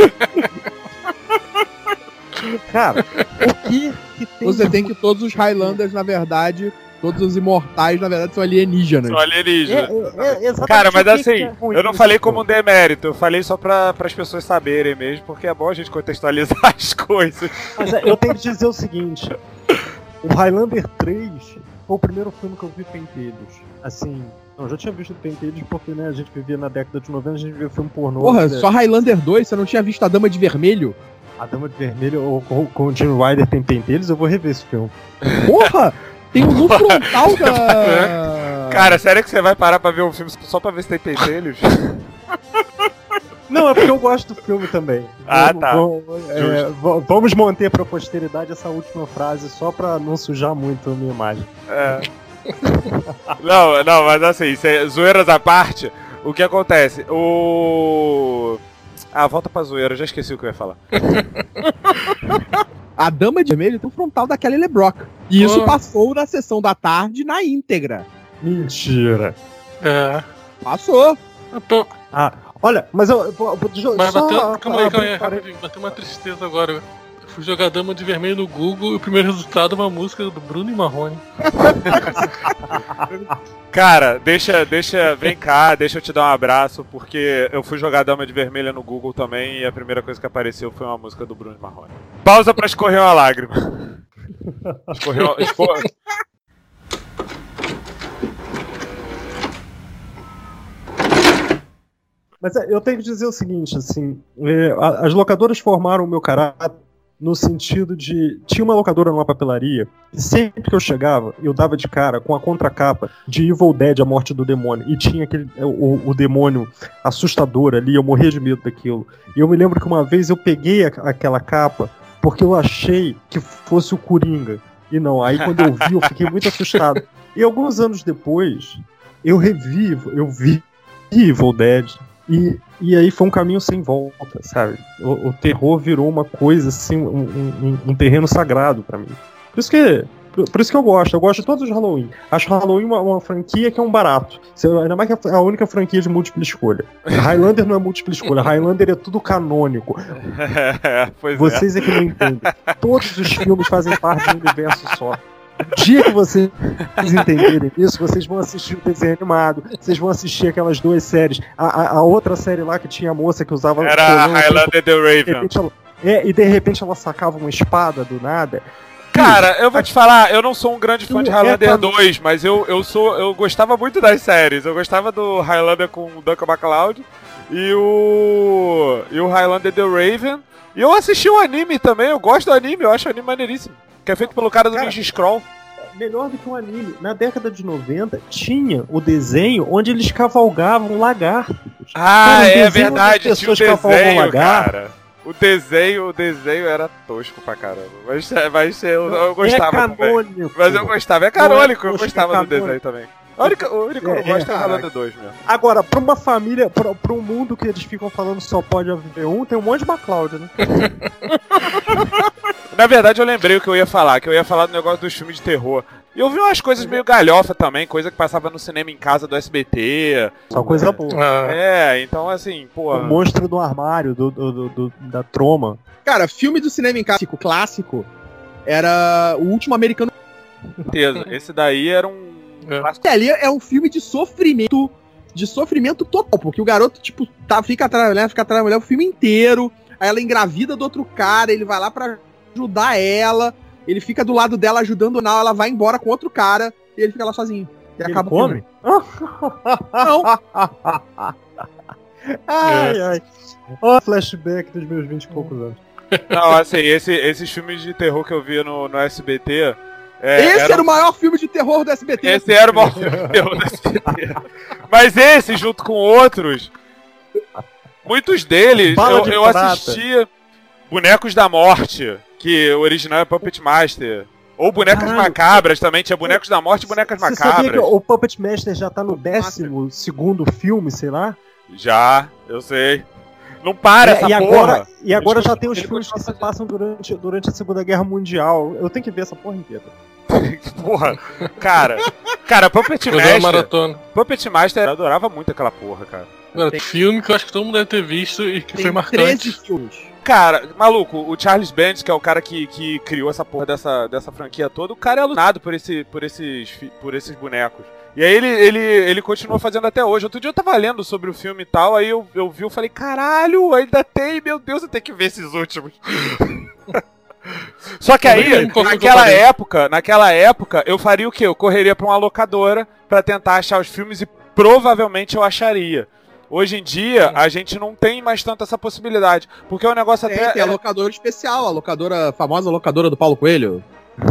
Cara, o que, que tem Você de tem que todos os Highlanders, na verdade, todos os imortais, na verdade, são alienígenas. sou alienígena. É, é, é exatamente Cara, mas o que assim, que é ruim eu não nesse falei filme. como um demérito, eu falei só pra, as pessoas saberem mesmo, porque é bom a gente contextualizar as coisas. Mas é, eu tenho que dizer o seguinte: o Highlander três foi o primeiro filme que eu vi pentelhos. Assim, não, eu já tinha visto pentelhos porque, né, a gente vivia na década de noventa, a gente via filme pornô. Porra, né? só Highlander dois, você não tinha visto a Dama de Vermelho? A Dama de Vermelho ou com, com o Jim Ryder tem pentelhos, eu vou rever esse filme. Porra! Tem um no frontal da... Cara, sério que você vai parar pra ver um filme só pra ver se tem pentelhos? Não, é porque eu gosto do filme também. Ah, Vamos- tá. Vamos, é, v- vamos manter pra posteridade essa última frase só pra não sujar muito a minha imagem. É. Não, não, mas assim, cê- zoeiras à parte, o que acontece? O. Ah, volta pra zoeira, eu já esqueci o que eu ia falar. A Dama de Vermelho tem um frontal da Kelly LeBrock. E isso Oh. passou na sessão da tarde na íntegra. Mentira. É. Passou. Pô, Ah, olha, mas eu. eu- eu- deixa eu Mas só bateu, calma aí, calma aí, abrir parênteses. rapidinho. Bateu uma tristeza agora. Eu fui jogar Dama de Vermelho no Google e o primeiro resultado é uma música do Bruno e Marrone. Cara, deixa, deixa, vem cá, deixa eu te dar um abraço, porque eu fui jogar Dama de Vermelha no Google também e a primeira coisa que apareceu foi uma música do Bruno Marrone. Pausa pra escorrer uma lágrima. Escorreu, escor... Mas é, eu tenho que dizer o seguinte, assim, é, a- as locadoras formaram o meu caráter no sentido de... Tinha uma locadora numa papelaria, e sempre que eu chegava, eu dava de cara com a contracapa de Evil Dead, A Morte do Demônio, e tinha aquele, o, o demônio assustador ali, eu morria de medo daquilo. E eu me lembro que uma vez eu peguei a- aquela capa porque eu achei que fosse o Coringa. E não, aí quando eu vi, eu fiquei muito assustado. E alguns anos depois, eu revi, eu vi Evil Dead, e, e aí foi um caminho sem volta, sabe? O, o terror virou uma coisa assim, um, um, um terreno sagrado pra mim. Por isso que, por, por isso que eu gosto, eu gosto de todos os Halloween. Acho Halloween uma, uma franquia que é um barato. Se- Ainda mais que é a única franquia de múltipla escolha. Highlander não é múltipla escolha, Highlander é tudo canônico. Pois é. Vocês é que não entendem. Todos os filmes fazem parte de um universo só. O dia que vocês entenderem isso, vocês vão assistir o desenho animado, vocês vão assistir aquelas duas séries. A, a, a outra série lá que tinha a moça que usava... Era a colã, Highlander The de Raven. repente ela, é, e de repente ela sacava uma espada do nada. Cara, eu vou te falar, eu não sou um grande fã de É, Highlander tá- dois, mas eu, eu sou. Eu gostava muito das séries. Eu gostava do Highlander com o Duncan MacLeod e o. E o Highlander The Raven. E eu assisti o anime também, eu gosto do anime, eu acho o anime maneiríssimo. Que é feito pelo cara do Cara, Ninja Scroll. Melhor do que um anime. Na década de noventa, tinha o desenho onde eles cavalgavam lagartos. Ah, Cara, o é desenho onde verdade, as tinha o pessoas cavalgam desenho, lagarto. cara. O desenho, o desenho era tosco pra caramba. Mas, mas eu, eu É gostava também. canônico. Mas eu gostava, é Não é canônico, eu tosco, gostava é do desenho também. A única, o único que eu É, não gosto é, é, o Highlander dois mesmo. Agora, pra uma família, pra, pra um mundo que eles ficam falando só pode haver um, tem um monte de MacLeod, né? Na verdade, eu lembrei o que eu ia falar, que eu ia falar do negócio dos filmes de terror. E eu vi umas coisas meio galhofa também, coisa que passava no cinema em casa do S B T. Só coisa boa. Ah, É, então assim, pô. O monstro do armário, do, do, do- do- da troma. Cara, filme do cinema em clássico, clássico era o último americano. Certeza. Esse daí era um. É. clássico. E ali é um filme de sofrimento, de sofrimento total, porque o garoto, tipo, tá, fica atrás da mulher, fica atrás da mulher o filme inteiro, aí ela engravida do outro cara, ele vai lá pra ajudar ela, ele fica do lado dela ajudando, não, ela vai embora com outro cara, e ele fica lá sozinho. E Ele acaba o come? filme. Não. Ai, ai. Ó, flashback dos meus vinte e poucos anos. Não, assim, esse- esses filmes de terror que eu via no, no S B T, É, esse era... era o maior filme de terror do S B T. Esse era o maior filme de terror do S B T. Mas esse, junto com outros, muitos deles, Bala eu, de eu prata. assistia Bonecos da Morte, que o original é Puppet Master. Ou Bonecas Caralho. Macabras também, tinha Bonecos da Morte e Bonecas Você sabia que Macabras. o Puppet Master já tá no décimo segundo filme, sei lá? Já, eu sei. Não para e, essa e porra. agora, e agora já tem os Ele filmes que continua se passam durante, durante a Segunda Guerra Mundial. Eu tenho que ver essa porra inteira. Porra, cara. Cara, Puppet Eu dei uma Master. maratona. Puppet Master, eu adorava muito aquela porra, cara. Agora, filme que eu acho que todo mundo deve ter visto e que Tem foi marcante. treze filmes. Cara, maluco, o Charles Band, que é o cara que, que criou essa porra dessa, dessa franquia toda, o cara é alucinado por, esse, por, esses, fi- por esses bonecos. E aí ele, ele, ele continua fazendo até hoje. Outro dia eu tava lendo sobre o filme e tal, aí eu, eu vi e falei, caralho, ainda tem, meu Deus, eu tenho que ver esses últimos. Só que Eu aí, nem lembro qual foi que eu naquela parei. época, naquela época, eu faria o quê? Eu correria pra uma locadora pra tentar achar os filmes e provavelmente eu acharia. Hoje em dia, a gente não tem mais tanto essa possibilidade. Porque o negócio Tem, até. tem a locadora especial, a locadora, a famosa locadora do Paulo Coelho.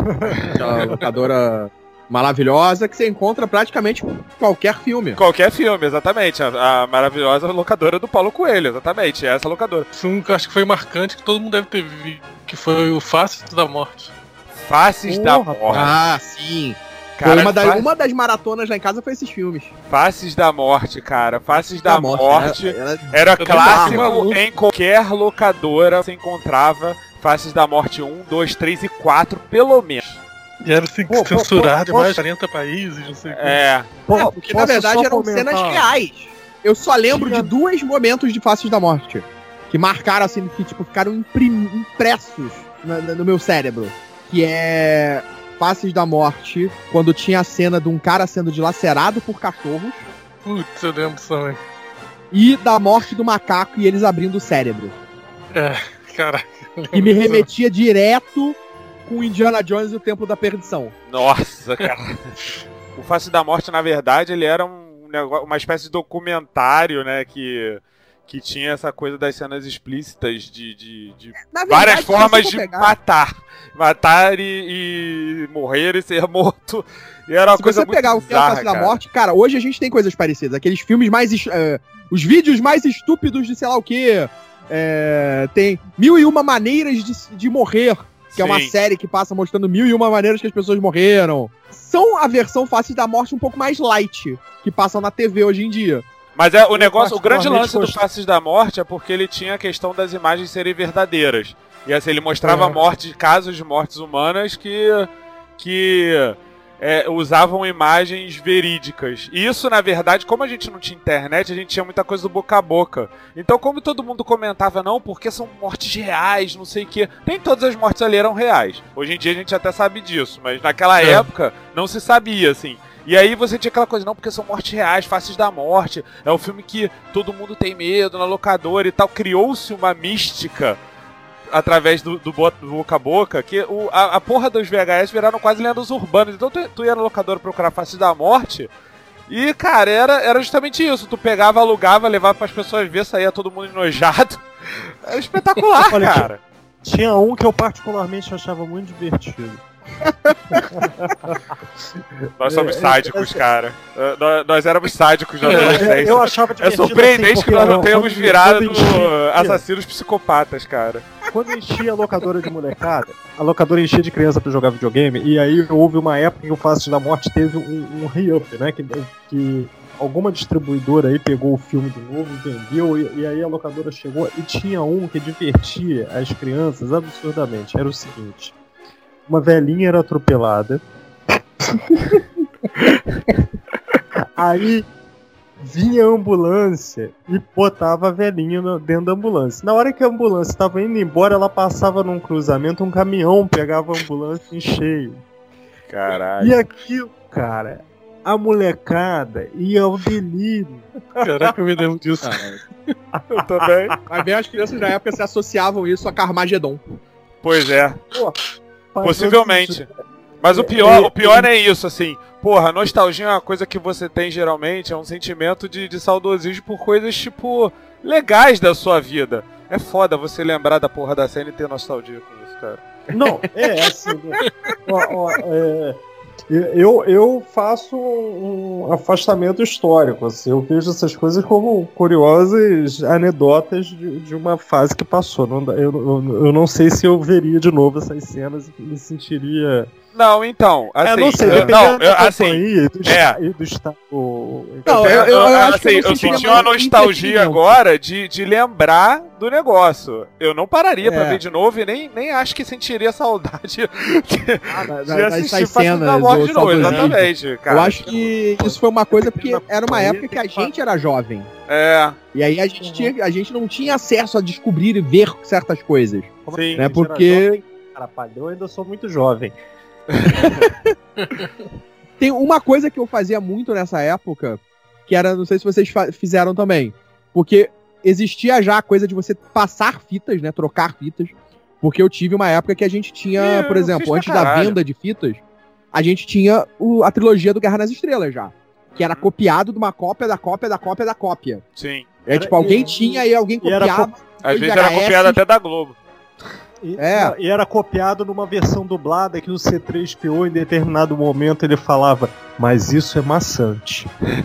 A locadora maravilhosa que você encontra praticamente qualquer filme. Qualquer filme, exatamente. A, a maravilhosa locadora do Paulo Coelho, exatamente. É essa locadora. Um que eu acho que foi marcante, que todo mundo deve ter visto, que foi o Faces da Morte. Faces da Porra, Morte. Ah, sim. Cara, foi uma, das, Fa- uma das maratonas lá em casa foi esses filmes. Faces da Morte, cara. Faces da, Morte. né? Ela- Era Eu clássico maluco. em qualquer locadora. Você encontrava Faces da Morte um, dois, três e quatro, pelo menos. E era assim, Pô, pô, censurado em pô, mais de posso- quarenta países, não sei o que. É. Pô, É, porque na posso verdade só eram comentar? cenas reais. Eu só lembro Tinha- de dois momentos de Faces da Morte. Que marcaram assim, que tipo, ficaram imprim- impressos na- na- no meu cérebro. Que é Faces da Morte, quando tinha a cena de um cara sendo dilacerado por cachorros. Putz, eu lembro também. E da morte do macaco e eles abrindo o cérebro. É, caraca. eu Que me lembro disso. remetia direto com Indiana Jones e o Templo da Perdição. Nossa, cara. O Face da Morte, na verdade, ele era um negócio, uma espécie de documentário, né? Que, que tinha essa coisa das cenas explícitas de, de, de Na várias se formas você de for pegar- matar. Matar e, e morrer e ser morto. E era uma Se coisa você muito pegar o filme bizarra, Face da cara. Morte, cara, hoje a gente tem coisas parecidas. Aqueles filmes mais. es- é, os vídeos mais estúpidos de sei lá o quê. É, tem Mil e Uma Maneiras de, de Morrer, que é uma Sim. série que passa mostrando mil e uma maneiras que as pessoas morreram. São a versão Face da Morte um pouco mais light, que passam na T V hoje em dia. Mas é, o Eu negócio, o grande particularmente lance do gosto- Faces da Morte é porque ele tinha a questão das imagens serem verdadeiras. E assim, ele mostrava É. morte, casos de mortes humanas que, que é, usavam imagens verídicas. E isso, na verdade, como a gente não tinha internet, a gente tinha muita coisa do boca a boca. Então, como todo mundo comentava, não, porque são mortes reais, não sei o quê. Nem todas as mortes ali eram reais. Hoje em dia a gente até sabe disso, mas naquela É. época não se sabia, assim. E aí você tinha aquela coisa, não, porque são mortes reais, Faces da Morte. É um filme que todo mundo tem medo na locadora e tal. Criou-se uma mística através do, do, bo- do boca a boca, que o, a, a porra dos V H S viraram quase lendas urbanas. Então tu, tu ia na locadora procurar Faces da Morte e, cara, era, era justamente isso. Tu pegava, alugava, levava pras pessoas ver, saía todo mundo enojado. Era espetacular, Olha, cara. Tinha um que eu particularmente achava muito divertido. Nós somos É, sádicos, cara. Uh, nós, nós éramos sádicos na É, adolescência. Eu achava É divertido. surpreendente assim, que nós não porque tenhamos quando- virado quando enchia- assassinos psicopatas, cara. Quando enchia a locadora de molecada, a locadora enchia de criança pra jogar videogame, e aí houve uma época que o Faces da Morte teve um, um re-up, né? Que, que alguma distribuidora aí pegou o filme de novo, vendeu, e, e aí a locadora chegou e tinha um que divertia as crianças absurdamente. Era o seguinte: uma velhinha era atropelada. Aí vinha a ambulância e botava a velhinha no- dentro da ambulância. Na hora que a ambulância estava indo embora, ela passava num cruzamento, um caminhão pegava a ambulância em cheio. Caralho. E aquilo, cara, a molecada ia ao delírio. Caraca, eu me lembro disso. Eu também. Mas bem, as crianças da época se associavam isso a Carmageddon. Pois é. Faz Possivelmente. todo sentido. Mas o pior, o pior é isso, assim. Porra, nostalgia é uma coisa que você tem geralmente, é um sentimento de, de saudosismo por coisas, tipo, legais da sua vida. É foda você lembrar da porra da cena e ter nostalgia com isso, cara. Não, é assim. Né? Ó, ó, é, eu, eu faço um afastamento histórico. Assim, eu vejo essas coisas como curiosas anedotas de, de uma fase que passou. Não, eu, eu, eu não sei se eu veria de novo essas cenas e me sentiria. Não, então, assim, é, não sei, eu, não, eu, assim, e do, é. e do estado. Não, eu, eu, eu, eu, assim, eu, eu senti uma nostalgia agora de, de lembrar do negócio. Eu não pararia é. pra ver de novo e nem, nem acho que sentiria saudade de, ah, da, de assistir cenas da morte de novo. Exatamente, cara. Eu acho que isso foi uma coisa porque era uma época que a gente era jovem. É. E aí a gente, tinha, a gente não tinha acesso a descobrir e ver certas coisas. Sim. Né, porque... Carapalho, eu ainda sou muito jovem. Tem uma coisa que eu fazia muito nessa época, que era, não sei se vocês fizeram também, porque existia já a coisa de você passar fitas, né, trocar fitas, porque eu tive uma época que a gente tinha, eu por exemplo, antes da venda de fitas, a gente tinha o, a trilogia do Guerra nas Estrelas já, que era copiado de uma cópia da cópia da cópia da cópia. Sim. É tipo, alguém tinha e alguém copiava. Às vezes era copiado até da Globo. E, é. e era copiado numa versão dublada que o C três P O em determinado momento ele falava, mas isso é maçante.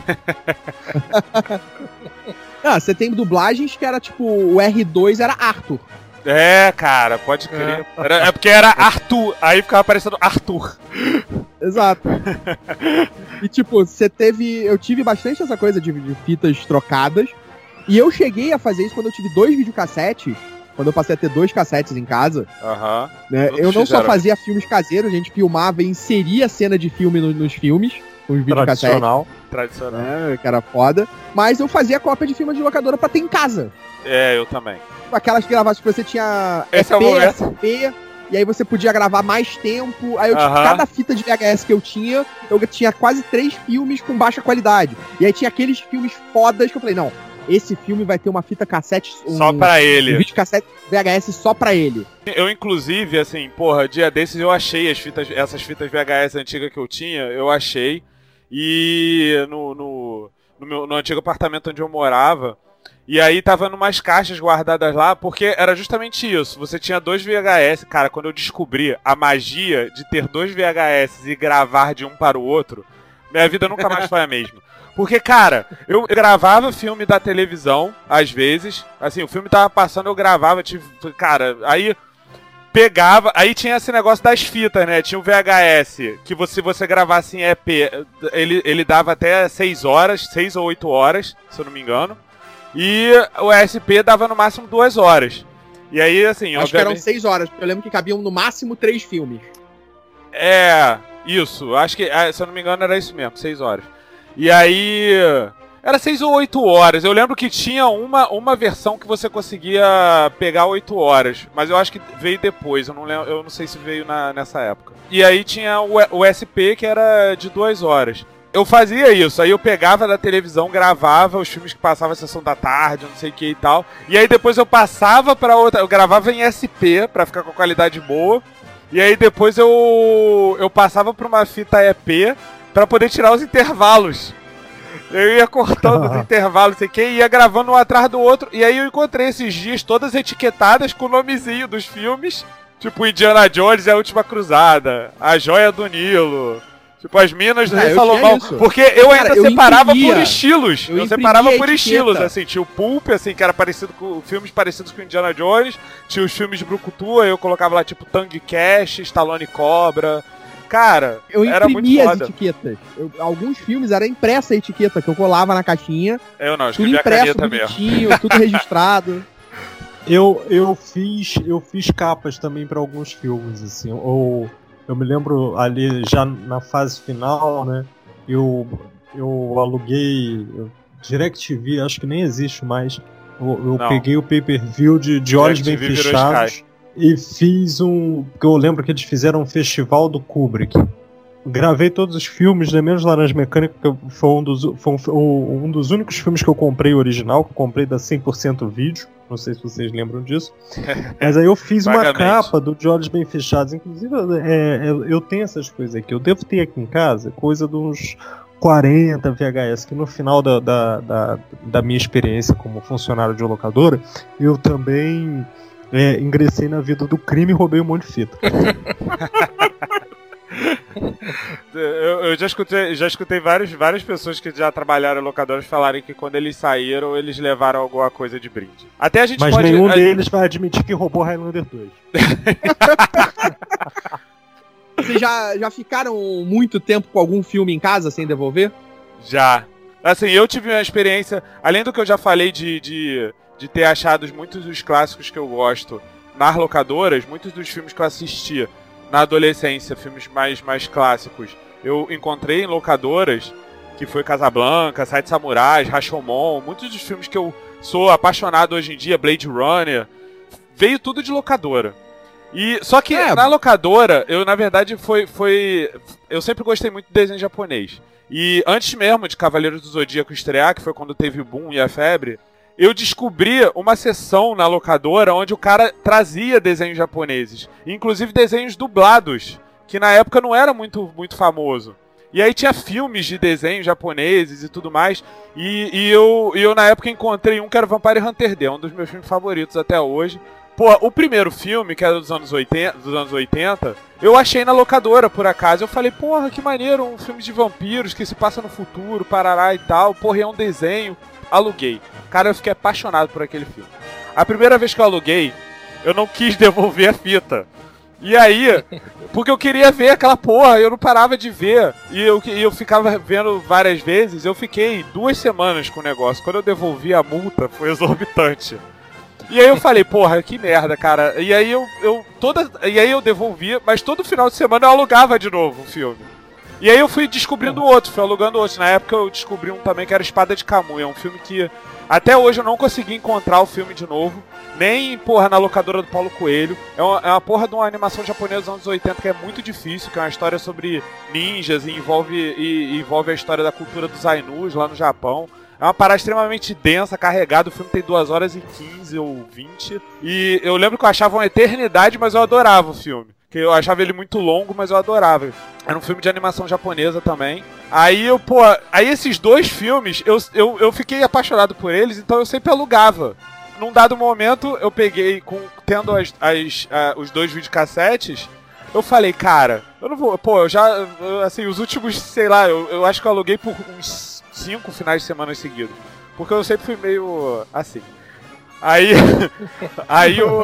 Ah, você tem dublagens que era tipo, o R dois era Arthur. É, cara, pode crer. É, era, é porque era Arthur, aí ficava parecendo Arthur. Exato. E tipo, você teve. Eu tive bastante essa coisa de, de fitas trocadas. E eu cheguei a fazer isso quando eu tive dois videocassetes. Quando eu passei a ter dois cassetes em casa. Uhum. Né, eu não só fazia filmes caseiros, a gente filmava e inseria cena de filme no, nos filmes. Nos videocassetes. Tradicional. Tradicional. Né, que era foda. Mas eu fazia cópia de filme de locadora pra ter em casa. É, eu também. Aquelas gravações que você tinha Esse E P, é o S P, e aí você podia gravar mais tempo. Aí eu tinha, Uhum. cada fita de V H S que eu tinha, eu tinha quase três filmes com baixa qualidade. E aí tinha aqueles filmes fodas que eu falei, não, esse filme vai ter uma fita cassete... Um, só pra ele. Um vídeo cassete V H S só pra ele. Eu, inclusive, assim, porra, dia desses eu achei as fitas, essas fitas V H S antigas que eu tinha, eu achei. E no, no, no, meu, no antigo apartamento onde eu morava, e aí tava numas caixas guardadas lá, porque era justamente isso. Você tinha dois V H S, cara, quando eu descobri a magia de ter dois V H S e gravar de um para o outro, minha vida nunca mais foi a mesma. Porque, cara, eu gravava filme da televisão, às vezes, assim, o filme tava passando, eu gravava, tive, cara, aí pegava, aí tinha esse negócio das fitas, né, tinha o V H S, que você, se você gravasse em E P, ele, ele dava até seis horas, seis ou oito horas, se eu não me engano, e o S P dava no máximo duas horas. E aí, assim... Acho obviamente... que eram seis horas, porque eu lembro que cabiam no máximo três filmes. É, isso, acho que, se eu não me engano, era isso mesmo, seis horas. E aí... Era seis ou oito horas. Eu lembro que tinha uma, uma versão que você conseguia pegar oito horas. Mas eu acho que veio depois. Eu não, lembro, eu não sei se veio na, nessa época. E aí tinha o, o S P que era de duas horas. Eu fazia isso. Aí eu pegava da televisão, gravava os filmes que passavam a sessão da tarde, não sei o que e tal. E aí depois eu passava pra outra... Eu gravava em S P pra ficar com a qualidade boa. E aí depois eu, eu passava pra uma fita E P pra poder tirar os intervalos. Eu ia cortando os intervalos, sei que, ia gravando um atrás do outro. E aí eu encontrei esses dias todas etiquetadas com o nomezinho dos filmes. Tipo Indiana Jones e a Última Cruzada, A Joia do Nilo, tipo as Minas do ah, Rei Salomão. Porque eu Cara, ainda eu separava imprimia. por estilos. Eu, Eu separava por etiqueta. estilos, assim. Tinha o Pulp, assim, que era parecido com filmes parecidos com Indiana Jones. Tinha os filmes de Brucutu, aí eu colocava lá tipo Tango Cash, Stallone Cobra. Cara, eu era muito imprimia as foda. etiquetas. Eu, alguns filmes era impressa a etiqueta, que eu colava na caixinha. Eu não, tudo escrevia a impresso, caneta mesmo. bonitinho, tudo registrado. Eu, eu, fiz, eu fiz capas também para alguns filmes, assim. Ou eu me lembro ali já na fase final, né? Eu, eu aluguei eu, DirecTV, acho que nem existe mais. Eu, eu peguei o pay-per-view de, de olhos bem fechados. E fiz um... Porque eu lembro que eles fizeram um festival do Kubrick. Gravei todos os filmes, né? Menos Laranja Mecânica, que foi um dos, foi um, um dos únicos filmes que eu comprei original, que eu comprei da cem por cento vídeo. Não sei se vocês lembram disso. Mas aí eu fiz uma capa do De Olhos Bem Fechados. Inclusive, é, eu, eu tenho essas coisas aqui. Eu devo ter aqui em casa coisa de uns quarenta V H S, que no final da, da, da, da minha experiência como funcionário de locadora, eu também... É, ingressei na vida do crime e roubei um monte de fita. eu, eu já escutei, já escutei várias, várias pessoas que já trabalharam em locadoras falarem que quando eles saíram, eles levaram alguma coisa de brinde. Até a gente Mas pode... nenhum a... deles vai admitir que roubou Highlander dois. Vocês já, já ficaram muito tempo com algum filme em casa sem devolver? Já. Assim, eu tive uma experiência, além do que eu já falei de, de, de ter achado muitos dos clássicos que eu gosto nas locadoras, muitos dos filmes que eu assistia na adolescência, filmes mais, mais clássicos, eu encontrei em locadoras, que foi Casablanca, Sete Samurais, Rashomon, muitos dos filmes que eu sou apaixonado hoje em dia, Blade Runner, veio tudo de locadora. E, só que é. na locadora, eu na verdade foi, foi... Eu sempre gostei muito de desenho japonês. E antes mesmo de Cavaleiros do Zodíaco estrear, que foi quando teve o boom e a febre, eu descobri uma sessão na locadora onde o cara trazia desenhos japoneses. Inclusive desenhos dublados, que na época não era muito, muito famoso. E aí tinha filmes de desenhos japoneses e tudo mais. E, e, eu, e eu na época encontrei um que era Vampire Hunter D, um dos meus filmes favoritos até hoje. Pô, o primeiro filme, que era dos anos oitenta, dos anos oitenta, eu achei na locadora, por acaso. Eu falei, porra, que maneiro, um filme de vampiros que se passa no futuro, parará e tal. Porra, é um desenho. Aluguei. Cara, eu fiquei apaixonado por aquele filme. A primeira vez que eu aluguei, eu não quis devolver a fita. E aí, porque eu queria ver aquela porra, eu não parava de ver. E eu, e eu ficava vendo várias vezes, eu fiquei duas semanas com o negócio. Quando eu devolvi a multa, foi exorbitante. E aí eu falei, porra, que merda, cara. E aí eu, eu toda, e aí eu devolvia, mas todo final de semana eu alugava de novo o filme. E aí eu fui descobrindo outro, fui alugando outro. Na época eu descobri um também que era Espada de Kamui. É um filme que até hoje eu não consegui encontrar o filme de novo. Nem, porra, na locadora do Paulo Coelho. É uma, é uma porra de uma animação japonesa dos anos oitenta que é muito difícil, que é uma história sobre ninjas e envolve, e, e envolve a história da cultura dos Ainus lá no Japão. É uma parada extremamente densa, carregada. O filme tem duas horas e quinze ou vinte. E eu lembro que eu achava uma eternidade, mas eu adorava o filme. Que eu achava ele muito longo, mas eu adorava. Era um filme de animação japonesa também. Aí eu, pô, aí esses dois filmes, eu, eu, eu fiquei apaixonado por eles, então eu sempre alugava. Num dado momento, eu peguei, com, tendo as, as, uh, os dois videocassetes, eu falei, cara, eu não vou. Pô, eu já. Eu, assim, os últimos, sei lá, eu, eu acho que eu aluguei por uns cinco finais de semana seguidos. Porque eu sempre fui meio assim. Aí. Aí eu.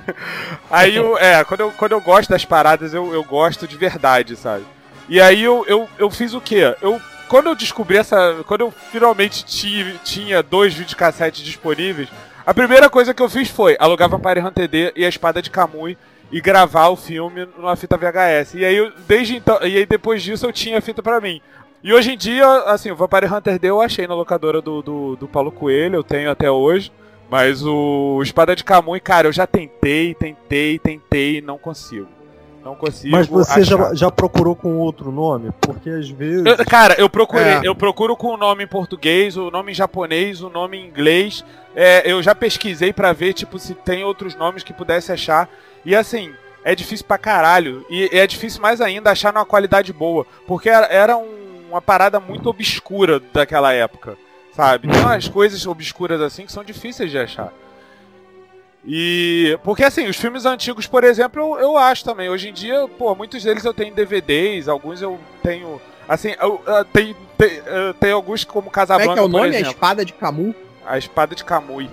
Aí eu. É, quando eu, quando eu gosto das paradas, eu, eu gosto de verdade, sabe? E aí eu, eu, eu fiz o quê? Eu. Quando eu descobri essa. Quando eu finalmente tive, tinha dois videocassetes disponíveis, a primeira coisa que eu fiz foi alugar Vampire Hunter D e a Espada de Kamui e gravar o filme numa fita V H S. E aí, eu, desde então, e aí depois disso eu tinha a fita pra mim. E hoje em dia, assim, o Vampire Hunter D eu achei na locadora do, do, do Paulo Coelho, eu tenho até hoje. Mas o Espada de Kamui, cara, eu já tentei, tentei, tentei e não consigo. Não consigo. Mas você já, já procurou com outro nome? Porque às vezes... Eu, cara, eu procurei, É. eu procuro com o nome em português, o nome em japonês, o nome em inglês. É, eu já pesquisei pra ver, tipo, se tem outros nomes que pudesse achar. E assim, é difícil pra caralho. E é difícil mais ainda achar numa qualidade boa. Porque era, era um, uma parada muito obscura daquela época, sabe? Tem umas coisas obscuras assim que são difíceis de achar. E... Porque assim, os filmes antigos, por exemplo, eu, eu acho também. Hoje em dia, pô, muitos deles eu tenho D V Ds, alguns eu tenho... Assim, eu, eu, tem, tem, eu tenho alguns como Como Casablanca, é que é o nome? por A exemplo. Espada de Camus? A Espada de Kamui.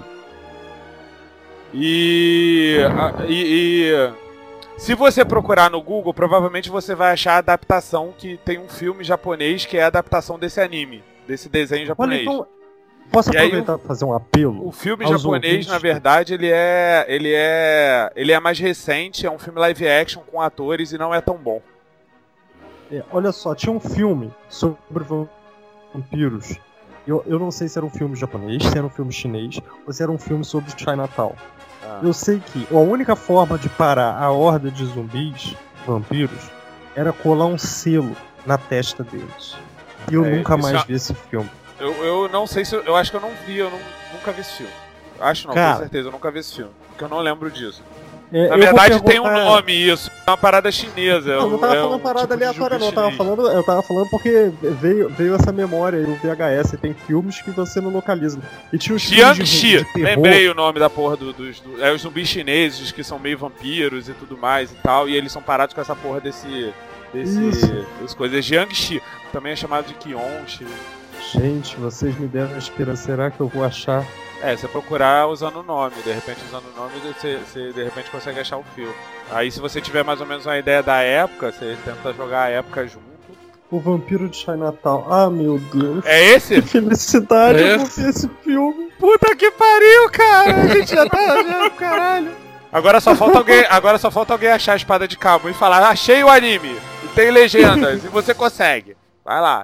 E, a- e, e se você procurar no Google, provavelmente você vai achar a adaptação, que tem um filme japonês que é a adaptação desse anime, desse desenho Olha, japonês. então, posso E aí, aproveitar para fazer um apelo? O filme aos japonês, ouvintes? na verdade, ele é, ele é, ele é mais recente, é um filme live action com atores e não é tão bom. É, olha só, tinha um filme sobre vampiros. Eu, eu não sei se era um filme japonês, se era um filme chinês, ou se era um filme sobre Chinatown. Ah. Eu sei que a única forma de parar a horda de zumbis, vampiros, era colar um selo na testa deles. E eu É, nunca isso mais é- vi esse filme. Eu, eu não sei se eu, eu acho que eu não vi, eu não- nunca vi esse filme. Acho não, Cara. com certeza, eu nunca vi esse filme, porque eu não lembro disso. É, Na eu verdade vou tem um perguntar- nome isso, é uma parada chinesa. Não, não é tava um falando parada tipo de aleatória, jogo não. Eu tava, chinês. falando, eu tava falando porque veio, veio essa memória aí, o V H S. Tem filmes que você não localiza. E tinha os filmes de, Jiangxi, de terror. lembrei o nome da porra do- dos. Do, é os zumbis chineses que são meio vampiros e tudo mais e tal. E eles são parados com essa porra desse. desse. Isso. das coisas. Jiangxi, também é chamado de Kionchi. Gente, vocês me deram a esperança. Será que eu vou achar? É, você procurar usando o nome, de repente usando o nome você, você de repente consegue achar o filme. Aí se você tiver mais ou menos uma ideia da época, você tenta jogar a época junto. O Vampiro de Chinatown. Ah, meu Deus. É esse? Que felicidade É eu vou ver esse filme. Puta que pariu, cara! A gente já tá vendo, caralho. Agora só falta alguém, agora só falta alguém achar a espada de cabo e falar: achei o anime! E tem legendas, e você consegue. Vai lá.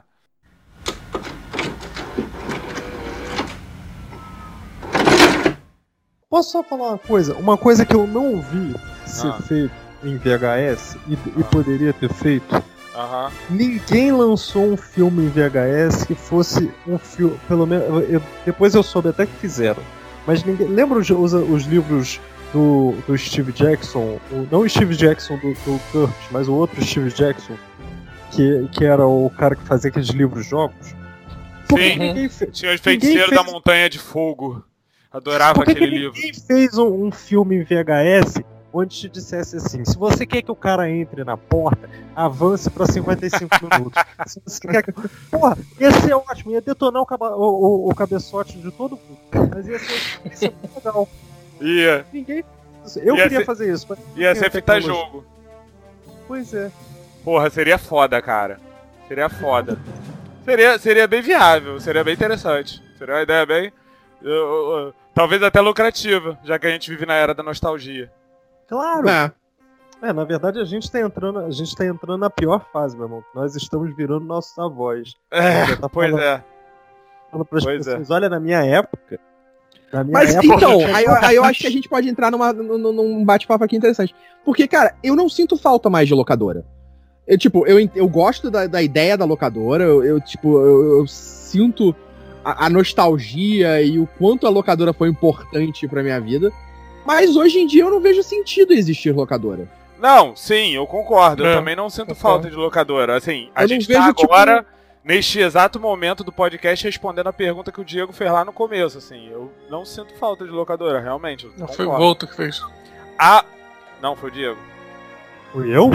Posso só falar uma coisa? Uma coisa que eu não vi ser Ah. feito em V H S e, e poderia ter feito. Aham. Ninguém lançou um filme em V H S que fosse um filme. Pelo menos. eu- eu- depois eu soube até que fizeram. Mas ninguém. Lembra os, os, os livros do, do Steve Jackson? O, não o Steve Jackson do, do Kurt, mas o outro Steve Jackson, que, que era o cara que fazia aqueles livros-jogos? Por que Sim. ninguém fe- Tinha o feiticeiro fez- da Montanha de Fogo. Adorava Por que aquele que livro. ninguém fez um, um filme em V H S onde te dissesse assim: se você quer que o cara entre na porta, avance pra cinquenta e cinco minutos. Se você quer que... Porra, ia ser ótimo, ia detonar o, caba... o, o, o cabeçote de todo mundo. Mas ia ser, ia ser muito legal. Ia, Ninguém fez isso. Eu Ia queria ser- fazer isso. Mas ia não ser tem fita tecnologia. jogo. Pois é. Porra, seria foda, cara. Seria foda. Seria, seria bem viável, seria bem interessante. Seria uma ideia bem. eu- eu- eu- talvez até lucrativa, já que a gente vive na era da nostalgia. Claro. É. É, na verdade a gente tá entrando, a gente tá entrando na pior fase, meu irmão. Nós estamos virando nossos avós. É, Já tá pois falando- é. Falando pras Pois pessoas, olha, na minha época. Na minha Mas época, então, tinha- aí, eu- aí eu acho que a gente pode entrar numa, num, num bate-papo aqui interessante. Porque, cara, eu não sinto falta mais de locadora. Eu, tipo, eu, eu gosto da, da ideia da locadora, eu, eu, tipo, eu, eu sinto a, a nostalgia e o quanto a locadora foi importante pra minha vida. Mas hoje em dia eu não vejo sentido existir locadora. Não, sim, eu concordo. Eu É, também não sinto concordo. falta de locadora. Assim, a Eu não gente vejo, tá tipo, agora, neste exato momento do podcast, respondendo a pergunta que o Diego fez lá no começo. Assim, eu não sinto falta de locadora, realmente. eu Não foi o concordo. Volta que fez. Ah, não, foi o Diego. Fui eu?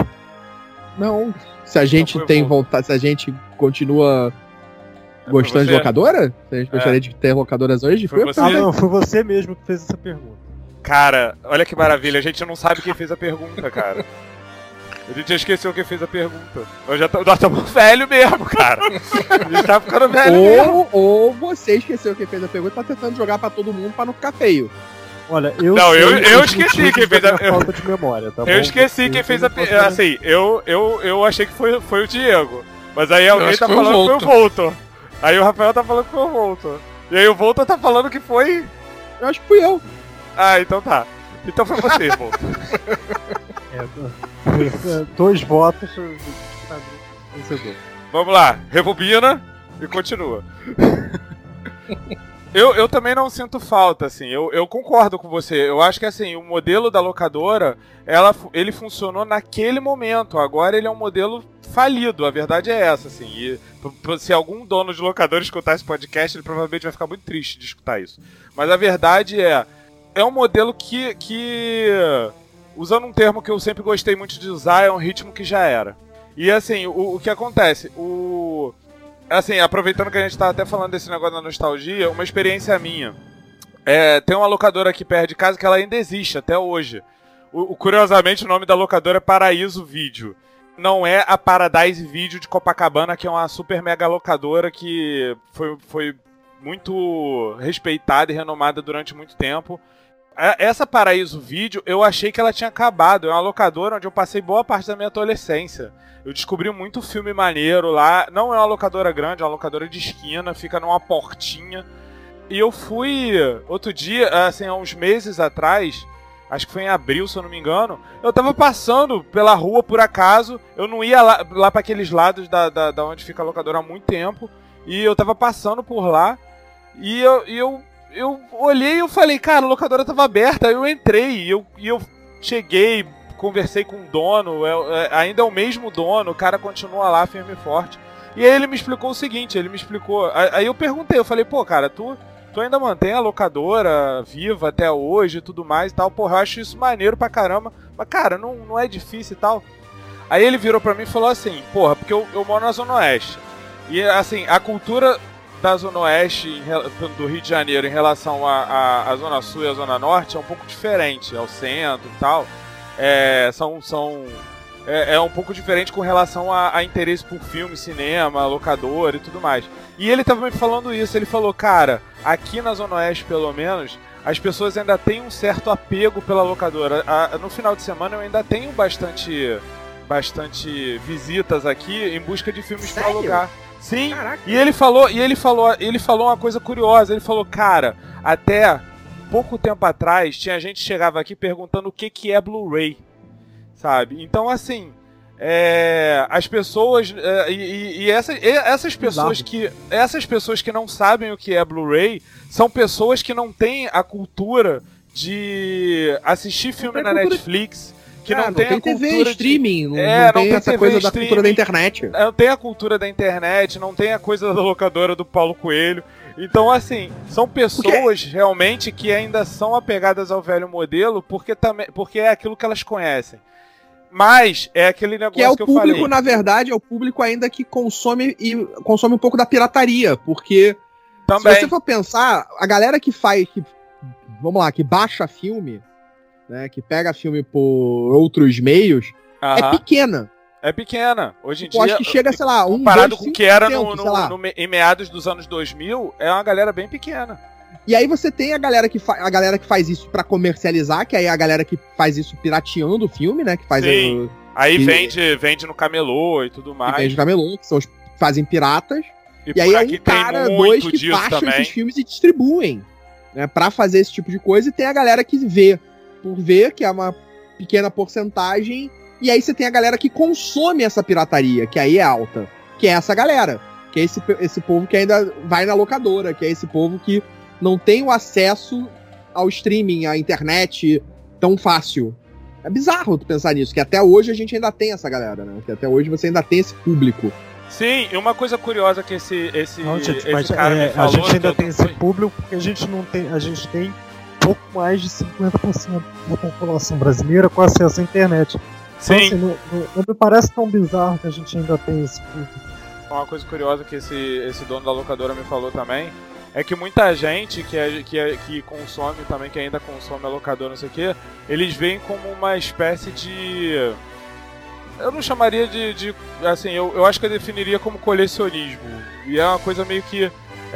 Não. Se a gente Não foi tem bom. vontade, se a gente continua É, foi gostando de você. locadora, se a gente gostaria de ter locadoras hoje, Foi foi, eu você. que Ah, falei. não, foi você mesmo que fez essa pergunta. Cara, olha que maravilha, a gente não sabe quem fez a pergunta, cara. A gente já esqueceu quem fez a pergunta. Nós já estamos nós estamos velho mesmo, cara. A gente tá ficando velho mesmo. Ou, ou você esqueceu quem fez a pergunta e tá tentando jogar pra todo mundo pra não ficar feio. Olha, eu Não, sei eu- os eu esqueci motivos quem fez da a- minha falta de memória, tá bom? Eu esqueci Vocês quem fez a não pergunta. podem- Assim, eu, eu, eu achei que foi, foi o Diego. Mas aí alguém acho tá que foi o falando que foi o Volta. Voltor. Aí o Rafael tá falando que foi o Voltor. E aí o Voltor tá falando que foi. Eu acho que fui eu. Ah, então tá. Então foi você, Voltor. É, dois votos. Vencedor. Vamos lá, rebobina e continua. Eu, eu também não sinto falta, assim, eu, eu concordo com você. Eu acho que, assim, o modelo da locadora, ela, ele funcionou naquele momento. Agora ele é um modelo falido, a verdade é essa, assim. E p- p- se algum dono de locadora escutar esse podcast, ele provavelmente vai ficar muito triste de escutar isso. Mas a verdade é, é um modelo que, que, usando um termo que eu sempre gostei muito de usar, é um ritmo que já era. E, assim, o, o que acontece? O... Assim, aproveitando que a gente tá até falando desse negócio da nostalgia, uma experiência minha. É, tem uma locadora aqui perto de casa que ela ainda existe até hoje. O, o- curiosamente, o nome da locadora é Paraíso Vídeo. Não é a Paradise Video de Copacabana, que é uma super mega locadora que foi, foi muito respeitada e renomada durante muito tempo. É, essa Paraíso Vídeo, eu achei que ela tinha acabado. É uma locadora onde eu passei boa parte da minha adolescência. Eu descobri muito filme maneiro lá. Não é uma locadora grande, é uma locadora de esquina, fica numa portinha. E eu fui outro dia, assim, há uns meses atrás, acho que foi em abril, se eu não me engano, eu tava passando pela rua por acaso, eu não ia lá, lá para aqueles lados da, da, da onde fica a locadora há muito tempo, e eu tava passando por lá, e eu, e eu, eu olhei e eu falei, cara, a locadora tava aberta, aí eu entrei, e eu, e eu cheguei, conversei com o dono, é, é, ainda é o mesmo dono, o cara continua lá firme e forte. E aí ele me explicou o seguinte, ele me explicou... Aí eu perguntei, eu falei, pô, cara, tu, tu ainda mantém a locadora viva até hoje e tudo mais e tal, porra, eu acho isso maneiro pra caramba, mas, cara, não, não é difícil e tal. Aí ele virou pra mim e falou assim, porra, porque eu, eu moro na Zona Oeste. E, assim, a cultura da Zona Oeste em, do Rio de Janeiro em relação à Zona Sul e à Zona Norte é um pouco diferente, ao centro e tal. É, são, são, é, é um pouco diferente com relação a, a interesse por filme, cinema, locador e tudo mais. E ele tava me falando isso, ele falou, cara, aqui na Zona Oeste, pelo menos, as pessoas ainda têm um certo apego pela locadora. A, no final de semana eu ainda tenho bastante, bastante visitas aqui em busca de filmes para alugar. Sim, caraca. E ele falou, e ele falou, ele falou uma coisa curiosa, ele falou, cara, até pouco tempo atrás tinha gente que chegava aqui perguntando o que, que é Blu-ray, sabe? Então, assim, é, as pessoas, é, e, e, essa, e essas pessoas que, essas pessoas que não sabem o que é Blu-ray são pessoas que não têm a cultura de assistir filme na cultura... Netflix. Que ah, não, tem, não tem a T V, cultura streaming, de... não, é, não tem não tem essa T V coisa streaming, da cultura da internet. Não tem a cultura da internet, não tem a coisa da locadora do Paulo Coelho. Então, assim, são pessoas realmente que ainda são apegadas ao velho modelo porque, também, porque é aquilo que elas conhecem. Mas é aquele negócio que, é o que eu público, falei. Na verdade, é o público ainda que consome e consome um pouco da pirataria, porque também. Se você for pensar, a galera que faz, que, vamos lá, que baixa filme, né, que pega filme por outros meios, uh-huh. é pequena. É pequena. Hoje em eu dia, acho que chega, sei lá, um, comparado dois, com o que era cento, no, no, no, em meados dos anos dois mil, é uma galera bem pequena. E aí você tem a galera que, a galera que faz isso pra comercializar, que aí é a galera que faz isso pirateando o filme, né? Que faz Sim. O, aí que, vende, vende no camelô e tudo mais. Que vende no camelô, que são os que fazem piratas. E, e aí é um cara, dois que baixam também. Esses filmes e distribuem, né? Pra fazer esse tipo de coisa. E tem a galera que vê por ver, que é uma pequena porcentagem. E aí você tem a galera que consome essa pirataria, que aí é alta. Que é essa galera. Que é esse, esse povo que ainda vai na locadora. Que é esse povo que não tem o acesso ao streaming, à internet tão fácil. É bizarro tu pensar nisso, que até hoje a gente ainda tem essa galera, né? Que até hoje você ainda tem esse público. Sim, e uma coisa curiosa que esse, esse, não, gente, esse mas, cara é, me falou... A gente ainda eu... tem esse público porque a gente não tem... A gente tem pouco mais de cinquenta por cento da população brasileira com acesso à internet. Sim. Então, assim, não, não, não me parece tão bizarro que a gente ainda tem esse público. Uma coisa curiosa que esse, esse dono da locadora me falou também é que muita gente que, é, que, é, que consome também, que ainda consome a locadora, não sei o que, eles veem como uma espécie de... Eu não chamaria de... de assim, eu, eu acho que eu definiria como colecionismo. E é uma coisa meio que...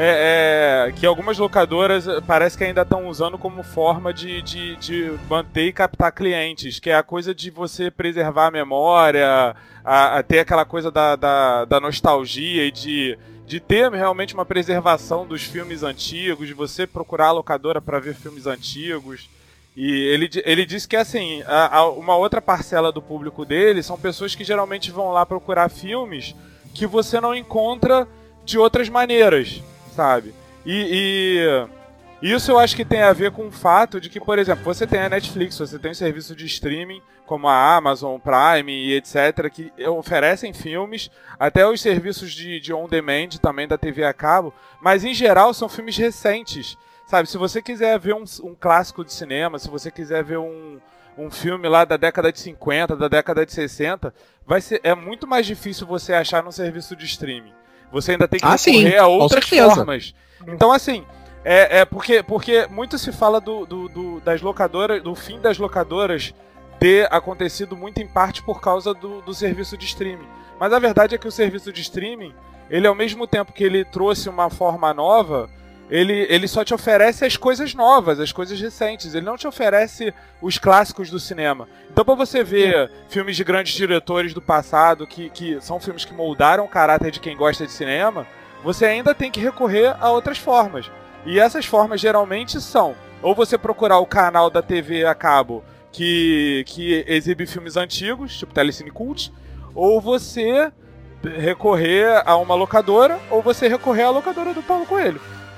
É, é, que algumas locadoras parece que ainda estão usando como forma de, de, de manter e captar clientes, que é a coisa de você preservar a memória, a, a ter aquela coisa da, da, da nostalgia e de, de ter realmente uma preservação dos filmes antigos, de você procurar a locadora para ver filmes antigos. E ele, ele disse que assim, a, a, uma outra parcela do público dele são pessoas que geralmente vão lá procurar filmes que você não encontra de outras maneiras, sabe? E, e isso eu acho que tem a ver com o fato de que, por exemplo, você tem a Netflix, você tem um serviço de streaming como a Amazon Prime e etcétera, que oferecem filmes, até os serviços de, de on-demand também da T V a cabo, mas em geral são filmes recentes, sabe? Se você quiser ver um, um clássico de cinema, se você quiser ver um, um filme lá da década de cinquenta, da década de sessenta, vai ser, é muito mais difícil você achar num serviço de streaming. Você ainda tem que ah, recorrer sim, a outras certeza. formas. Então, assim, é, é porque, porque muito se fala do, do, do, das locadoras, do fim das locadoras ter acontecido muito em parte por causa do, do serviço de streaming. Mas a verdade é que o serviço de streaming, ele ao mesmo tempo que ele trouxe uma forma nova, ele, ele só te oferece as coisas novas, as coisas recentes. Ele não te oferece os clássicos do cinema. Então, pra você ver filmes de grandes diretores do passado, que, que são filmes que moldaram o caráter de quem gosta de cinema, você ainda tem que recorrer a outras formas. E essas formas geralmente são ou você procurar o canal da T V a cabo que, que exibe filmes antigos, tipo Telecine Cult, ou você recorrer a uma locadora, ou você recorrer à locadora do Paulo Coelho.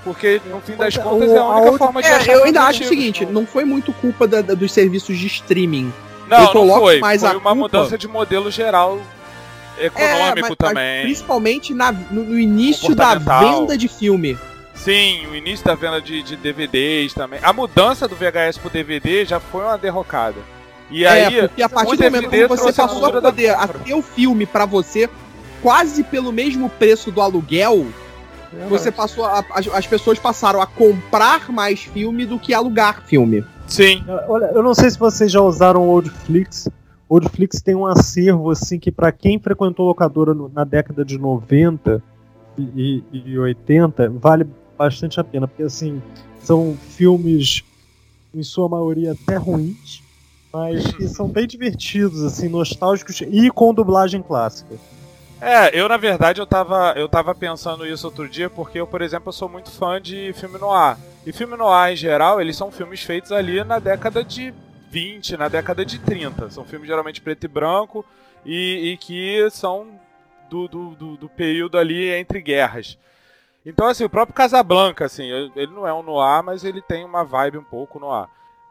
Porque, no fim das Mas, contas, o- é a única a outra- forma de É, achar eu ainda filmes acho o antigos, seguinte, não. não foi muito culpa da- da- dos serviços de streaming. Não, eu não coloco foi. mais foi a uma culpa- mudança de modelo geral econômico É, mas- também. mas principalmente na- no, no início da Comportamental. venda de filme. Sim, o início da venda de, de D V Ds também. A mudança do V H S pro D V D já foi uma derrocada. E aí, é, porque a partir o do momento D V D que você trouxe a passou a cultura da poder a compra. ter o filme pra você quase pelo mesmo preço do aluguel, você passou a- as, as pessoas passaram a comprar mais filme do que alugar filme. Sim. Olha, eu não sei se vocês já usaram o Oldflix. O Oldflix tem um acervo assim que pra quem frequentou locadora no- na década de noventa e, e, e oitenta vale bastante a pena, porque assim são filmes em sua maioria até ruins, mas que são bem divertidos, assim, nostálgicos e com dublagem clássica. É, eu na verdade eu tava, eu tava pensando isso outro dia, porque eu, por exemplo, eu sou muito fã de filme noir. E filme noir, em geral, eles são filmes feitos ali na década de vinte, na década de trinta. São filmes geralmente preto e branco e, e que são do, do, do, do período ali entre guerras. Então, assim, o próprio Casablanca, assim, ele não é um noir, mas ele tem uma vibe um pouco noir.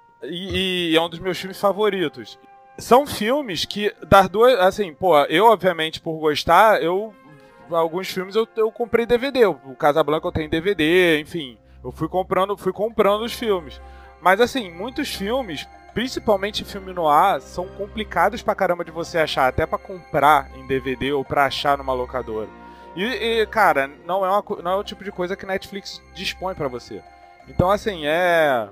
E, e é um dos meus filmes favoritos. São filmes que, das duas, assim, pô, eu, obviamente, por gostar, eu, alguns filmes eu, eu comprei D V D, o Casablanca eu tenho D V D, enfim, eu fui comprando, fui comprando os filmes. Mas, assim, muitos filmes, principalmente filme noir, são complicados pra caramba de você achar, até pra comprar em D V D ou pra achar numa locadora. E, e cara, não é, uma, não é o tipo de coisa que Netflix dispõe pra você. Então, assim, é...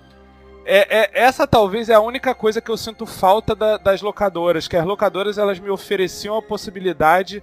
É, é, essa talvez é a única coisa que eu sinto falta da, das locadoras, que as locadoras elas me ofereciam a possibilidade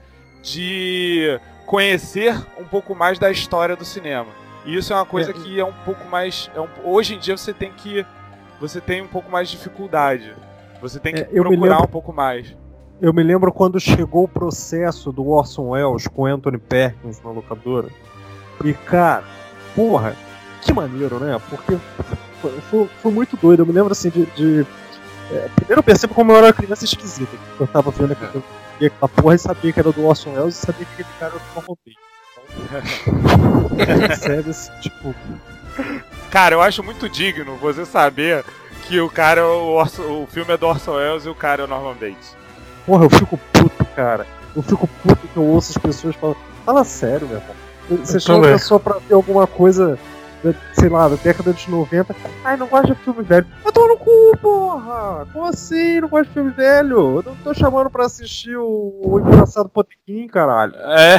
de conhecer um pouco mais da história do cinema. E isso é uma coisa É. que é um pouco mais... É um, hoje em dia você tem que... Você tem um pouco mais de dificuldade. Você tem que É, eu me procurar lembro- um pouco mais. Eu me lembro quando chegou o processo do Orson Welles com Anthony Perkins na locadora. E, cara, porra, que maneiro, né? Porque foi, foi- foi muito doido. Eu me lembro, assim, de... de- é, primeiro eu percebo como eu era uma criança esquisita. Eu tava vendo aquela, eu via aquela porra e sabia que era do Orson Welles e sabia que aquele cara era do Norman Bates. Então, percebe, assim, tipo... Cara, eu acho muito digno você saber que o cara, é o, Orson, o filme é do Orson Welles e o cara é o Norman Bates. Porra, eu fico puto, cara. Eu fico puto que eu ouço as pessoas falando. Fala sério, meu irmão. Você Eu chama a também. pessoa pra ver alguma coisa, sei lá, da década de noventa. Ai, não gosta de filme velho. Eu tô no cu, porra! Como assim? Não gosto de filme velho? Eu não tô chamando pra assistir o, o Engraçado Potequim, caralho. É.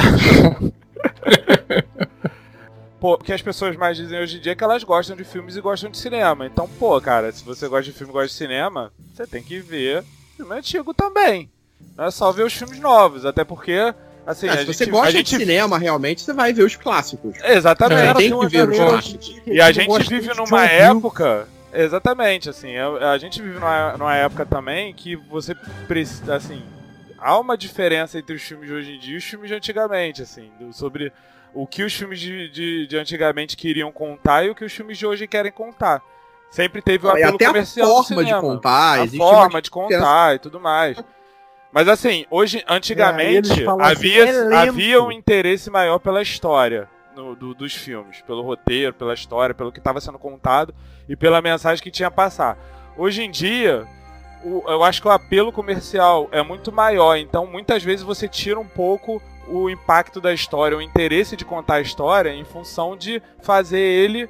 Pô, o que as pessoas mais dizem hoje em dia é que elas gostam de filmes e gostam de cinema. Então, pô, cara, se você gosta de filme e gosta de cinema, você tem que ver filme antigo também. Não é só ver os filmes novos, até porque, assim, É, a se gente... você gosta a gente... de cinema, realmente, você vai ver os clássicos. Exatamente. É, tem Tem que uma ver os galera clássicos. que- que E a não gente gosta vive de numa John Hughes. época... Exatamente, assim, a, a gente vive numa, numa época também que você precisa, assim... Há uma diferença entre os filmes de hoje em dia e os filmes de antigamente, assim, do- sobre o que os filmes de, de, de antigamente queriam contar e o que os filmes de hoje querem contar. Sempre teve o E apelo até a comercial do forma de cinema. contar, A existe uma forma de contar e tudo mais. Mas assim, hoje, É, aí antigamente, eles falam assim, havia, "É lento." havia um interesse maior pela história no- do- dos filmes, pelo roteiro, pela história, pelo que estava sendo contado e pela mensagem que tinha a passar. Hoje em dia, o- eu acho que o apelo comercial é muito maior, então muitas vezes você tira um pouco o impacto da história, o interesse de contar a história em função de fazer ele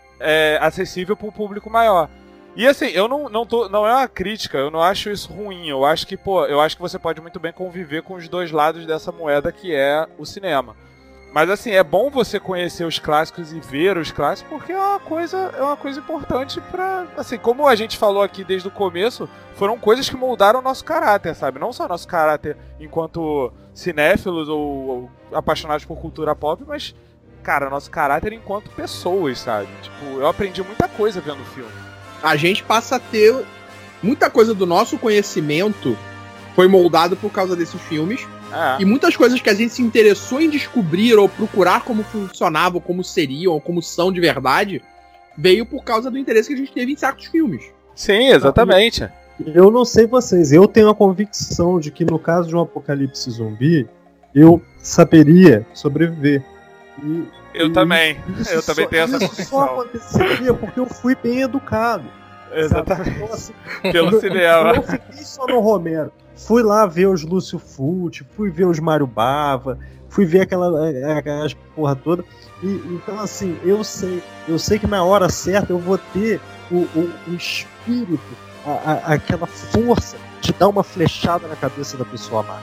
é, acessível para o público maior. E assim, eu não, não tô. Não é uma crítica, eu não acho isso ruim. Eu acho que, pô, eu acho que você pode muito bem conviver com os dois lados dessa moeda que é o cinema. Mas assim, é bom você conhecer os clássicos e ver os clássicos, porque é uma coisa, é uma coisa importante pra. Assim, como a gente falou aqui desde o começo, foram coisas que moldaram o nosso caráter, sabe? Não só nosso caráter enquanto cinéfilos ou, ou apaixonados por cultura pop, mas, cara, nosso caráter enquanto pessoas, sabe? Tipo, eu aprendi muita coisa vendo o filme. A gente passa a ter muita coisa do nosso conhecimento foi moldado por causa desses filmes. É. E muitas coisas que a gente se interessou em descobrir ou procurar como funcionavam, como seriam, ou como são de verdade, veio por causa do interesse que a gente teve em certos filmes. Sim, exatamente. Eu não sei vocês, eu tenho a convicção de que no caso de um apocalipse zumbi, eu saberia sobreviver. E, Eu e também. isso Eu também só- tenho essa isso convicção. só aconteceria porque eu fui bem educado. Exatamente. Então, assim, Pelo eu, cinema. eu não fiquei só no Romero. Fui lá ver os Lúcio Fulci, fui ver os Mário Bava, fui ver aquela, aquelas porra toda. E, então, assim, eu sei, eu sei que na hora certa eu vou ter o, o, o espírito, a, a, aquela força de dar uma flechada na cabeça da pessoa amada.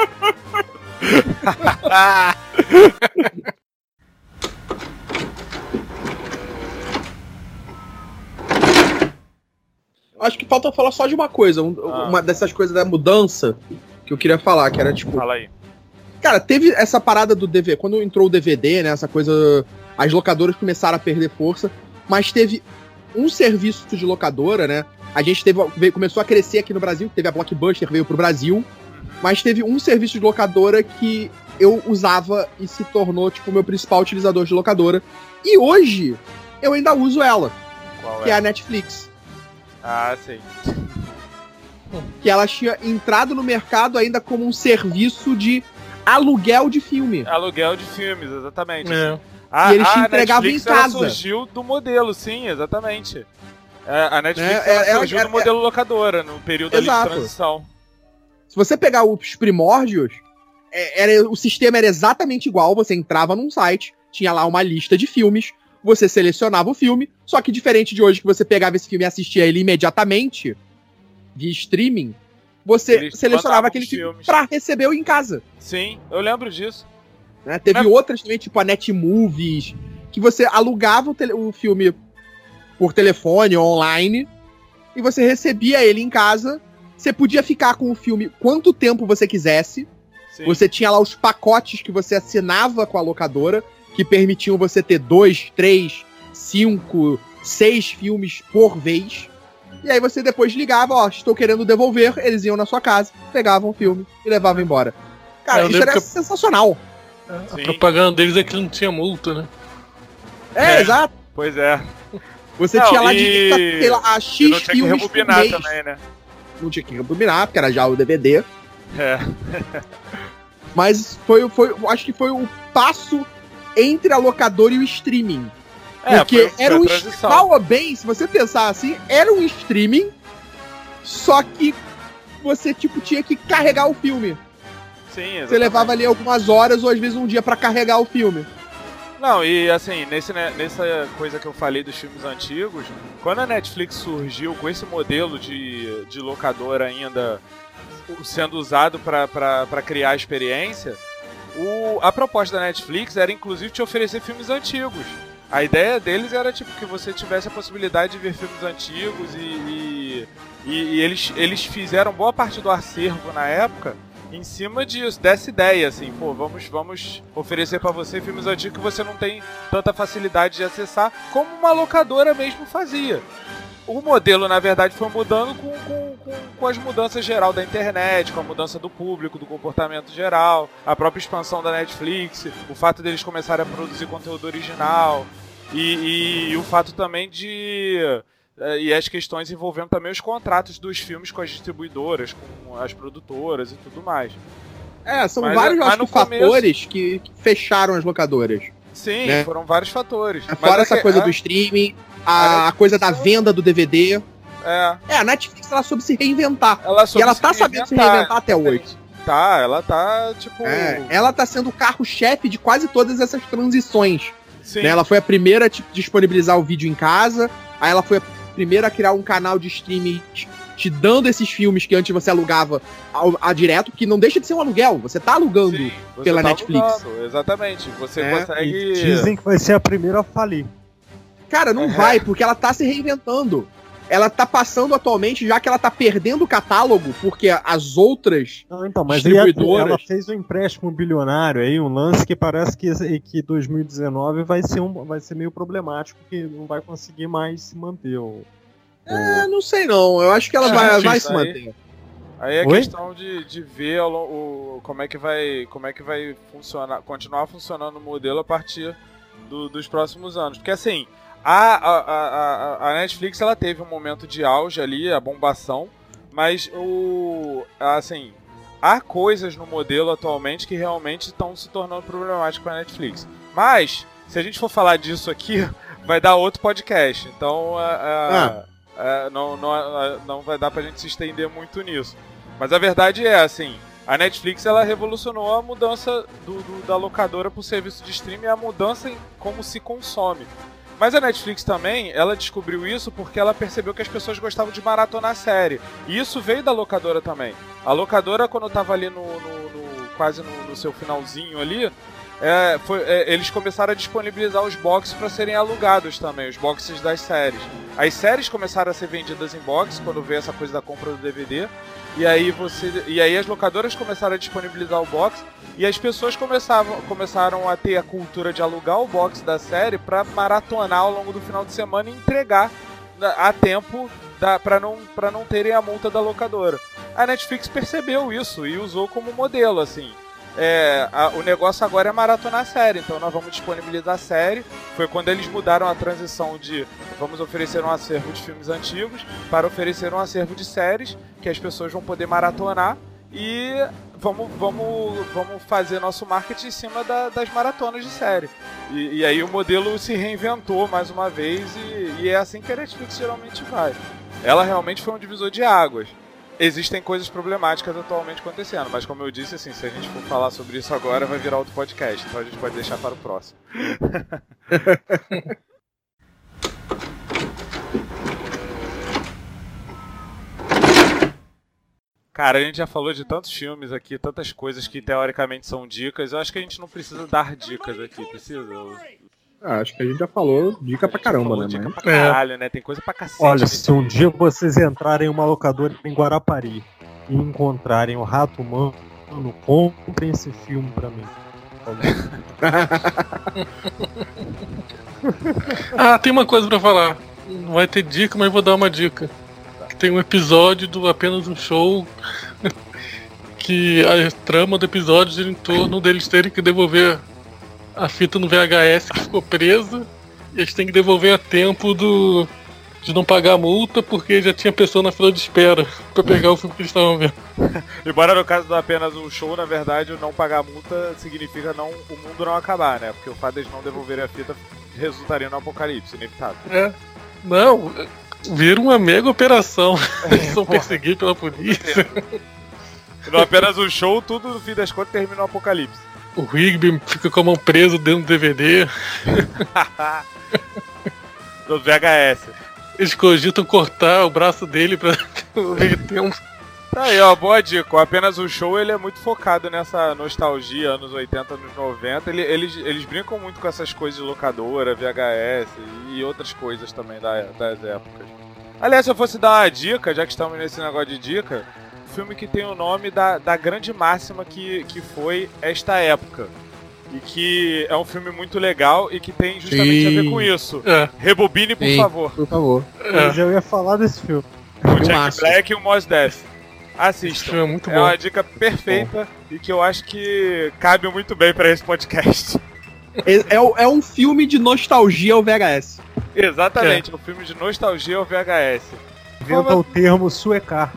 Acho que falta falar só de uma coisa, um- Ah. uma dessas coisas da mudança que eu queria falar, que era tipo, Fala aí. cara, teve essa parada do D V D, quando entrou o D V D, né, essa coisa, as locadoras começaram a perder força, mas teve um serviço de locadora, né, a gente teve, veio- começou a crescer aqui no Brasil, teve a Blockbuster, veio pro Brasil, mas teve um serviço de locadora que eu usava e se tornou, tipo, o meu principal utilizador de locadora, e hoje eu ainda uso ela, Qual que é é? a Netflix. Ah, sei. Que ela tinha entrado no mercado ainda como um serviço de aluguel de filme. Aluguel de filmes, exatamente. É. A, E eles te a entregavam Netflix, em ela casa. surgiu do modelo, sim, exatamente. É, a Netflix É, ela é, surgiu é, do modelo locadora, no período ali de Exato. transição. Se você pegar os primórdios, é, era, o sistema era exatamente igual. Você entrava num site, tinha lá uma lista de filmes, você selecionava o filme, só que diferente de hoje, que você pegava esse filme e assistia ele imediatamente, via streaming, você Eles mandavam selecionava aquele os filme filmes. pra receber em casa. Sim, eu lembro disso. Né? Teve É. outras também, tipo a Netmovies, que você alugava o, tele- o filme por telefone ou online e você recebia ele em casa. Você podia ficar com o filme quanto tempo você quisesse. Sim. Você tinha lá os pacotes que você assinava com a locadora, que permitiam você ter dois, três, cinco, seis filmes por vez. E aí você depois ligava, ó, estou querendo devolver, eles iam na sua casa, pegavam o filme e levavam embora. Cara, Eu isso lembro era que eu- sensacional. A Sim. propaganda deles é que não tinha multa, né? É, É. exato. Pois é. Você Não, tinha lá e- direito a, sei lá, a E X não tinha que filmes por rebobinar mês. também, né? Não tinha que rebobinar, porque era já o D V D. É. Mas foi, foi, acho que foi o passo entre a locadora e o streaming. É, Porque foi- foi era a um transição. mal ou bem, se você pensar assim, era um streaming, só que você tipo tinha que carregar o filme. Sim, exatamente. Você levava ali algumas horas ou às vezes um dia pra carregar o filme. Não, e assim, nesse, né, nessa coisa que eu falei dos filmes antigos, quando a Netflix surgiu com esse modelo de, de locadora ainda sendo usado para criar a experiência, o, a proposta da Netflix era inclusive te oferecer filmes antigos. A ideia deles era tipo que você tivesse a possibilidade de ver filmes antigos e, e, e- e eles, eles fizeram boa parte do acervo na época em cima disso, dessa ideia, assim, pô, vamos, vamos oferecer pra você filmes antigos que você não tem tanta facilidade de acessar, como uma locadora mesmo fazia. O modelo, na verdade, foi mudando com, com, com, com as mudanças geral da internet, com a mudança do público, do comportamento geral, a própria expansão da Netflix, o fato deles começarem a produzir conteúdo original, e, e, e o fato também de... E as questões envolvendo também os contratos dos filmes com as distribuidoras, com as produtoras e tudo mais. É, são Mas, vários mas acho no que, começo- fatores que, que fecharam as locadoras. Sim, Né? foram vários fatores. Mas Fora é essa que- coisa é, do streaming, a a, a coisa da venda do D V D. É, É, a Netflix ela soube se reinventar. ela E soube ela se tá sabendo se reinventar, reinventar até hoje. Tá, ela tá, tipo... É, ela tá sendo o carro-chefe de quase todas essas transições. Sim, Né? Ela foi a primeira a te disponibilizar o vídeo em casa, aí ela foi a primeira a criar um canal de streaming te, te dando esses filmes que antes você alugava ao, a direto, que não deixa de ser um aluguel, você tá alugando. sim, você pela tá Netflix. alugando, exatamente. Você É, consegue... E dizem que vai ser a primeira a falir. Cara, não É. vai, porque ela tá se reinventando. Ela tá passando atualmente, já que ela tá perdendo o catálogo, porque as outras. Não, então, mas aí a- Distribuidoras. ela fez um empréstimo bilionário aí, um lance que parece que, que dois mil e dezenove vai ser, um, vai ser meio problemático, que não vai conseguir mais se manter. O, Ah, não sei não. Eu acho que ela É, vai, isso vai aí. se manter. Aí é Oi? questão de, de ver o, o- como é que vai, como é que vai funcionar, continuar funcionando o modelo a partir do- dos próximos anos. Porque assim, a, a, a, a Netflix ela teve um momento de auge ali, a bombação, mas o assim, há coisas no modelo atualmente que realmente estão se tornando problemáticas para a Netflix. Mas, se a gente for falar disso aqui, vai dar outro podcast. Então, uh, uh, uh, não, não, uh, não vai dar pra gente se estender muito nisso. Mas a verdade é, assim, a Netflix ela revolucionou a mudança do, do, da locadora pro serviço de streaming e a mudança em como se consome. Mas a Netflix também, ela descobriu isso porque ela percebeu que as pessoas gostavam de maratonar série. E isso veio da locadora também. A locadora, quando tava ali no, no, no quase no, no seu finalzinho ali, é, foi, é, eles começaram a disponibilizar os boxes para serem alugados também, os boxes das séries. As séries começaram a ser vendidas em box quando veio essa coisa da compra do D V D. E aí, você, e aí as locadoras começaram a disponibilizar o box. E as pessoas começavam, começaram a ter a cultura de alugar o box da série para maratonar ao longo do final de semana e entregar a tempo para não, para não terem a multa da locadora. A Netflix percebeu isso e usou como modelo, assim. É, a, o negócio agora é maratonar a série, então nós vamos disponibilizar a série. Foi quando eles mudaram a transição de vamos oferecer um acervo de filmes antigos para oferecer um acervo de séries que as pessoas vão poder maratonar e vamos, vamos, vamos fazer nosso marketing em cima da, das maratonas de série. E, e aí o modelo se reinventou mais uma vez e, e é assim que a Netflix geralmente vai. Ela realmente foi um divisor de águas. Existem coisas problemáticas atualmente acontecendo, mas como eu disse, assim, se a gente for falar sobre isso agora, vai virar outro podcast, então a gente pode deixar para o próximo. Cara, a gente já falou de tantos filmes aqui, tantas coisas que teoricamente são dicas, eu acho que a gente não precisa dar dicas aqui, precisa? Ah, acho que a gente já falou dica pra caramba, né? Dica mas... pra caralho, é. né? Tem coisa pra cacete. Olha, se um dia vocês entrarem em uma locadora em Guarapari e encontrarem o Rato Humano, comprem esse filme pra mim. Ah, tem uma coisa pra falar. Não vai ter dica, mas vou dar uma dica. Tem um episódio do Apenas um Show que a trama do episódio gira em torno deles terem que devolver a fita no V H S que ficou presa e eles têm que devolver a tempo do de não pagar a multa porque já tinha pessoa na fila de espera pra pegar o filme que eles estavam vendo. Embora no caso do Apenas um Show, na verdade, o não pagar a multa significa não, o mundo não acabar, né? Porque o fato de eles não devolverem a fita resultaria no apocalipse, inevitável. É. Não, vira uma mega operação. É, eles são perseguidos pela polícia. No Apenas um Show, tudo no fim das contas termina no apocalipse. O Rigby fica com a mão presa dentro do D V D. Do V H S. Eles cogitam cortar o braço dele pra ver tempo. Tá aí, ó, boa dica. O Apenas um Show, ele é muito focado nessa nostalgia, anos oitenta, anos noventa. Ele, eles, eles brincam muito com essas coisas de locadora, V H S e outras coisas também da, das épocas. Aliás, se eu fosse dar uma dica, já que estamos nesse negócio de dica, filme que tem o nome da, da grande máxima que, que foi esta época. E que é um filme muito legal e que tem justamente Sim. a ver com isso. É. Rebobine, por Sim, favor. Por favor. É. Eu já ia falar desse filme. O Jack Massa. Black e o Mos Def. Assistam. É, muito é bom. uma dica perfeita bom. E que eu acho que cabe muito bem pra esse podcast. É, é, é um filme de nostalgia ao V H S. Exatamente, é. um filme de nostalgia ao V H S. Inventa o termo suecar.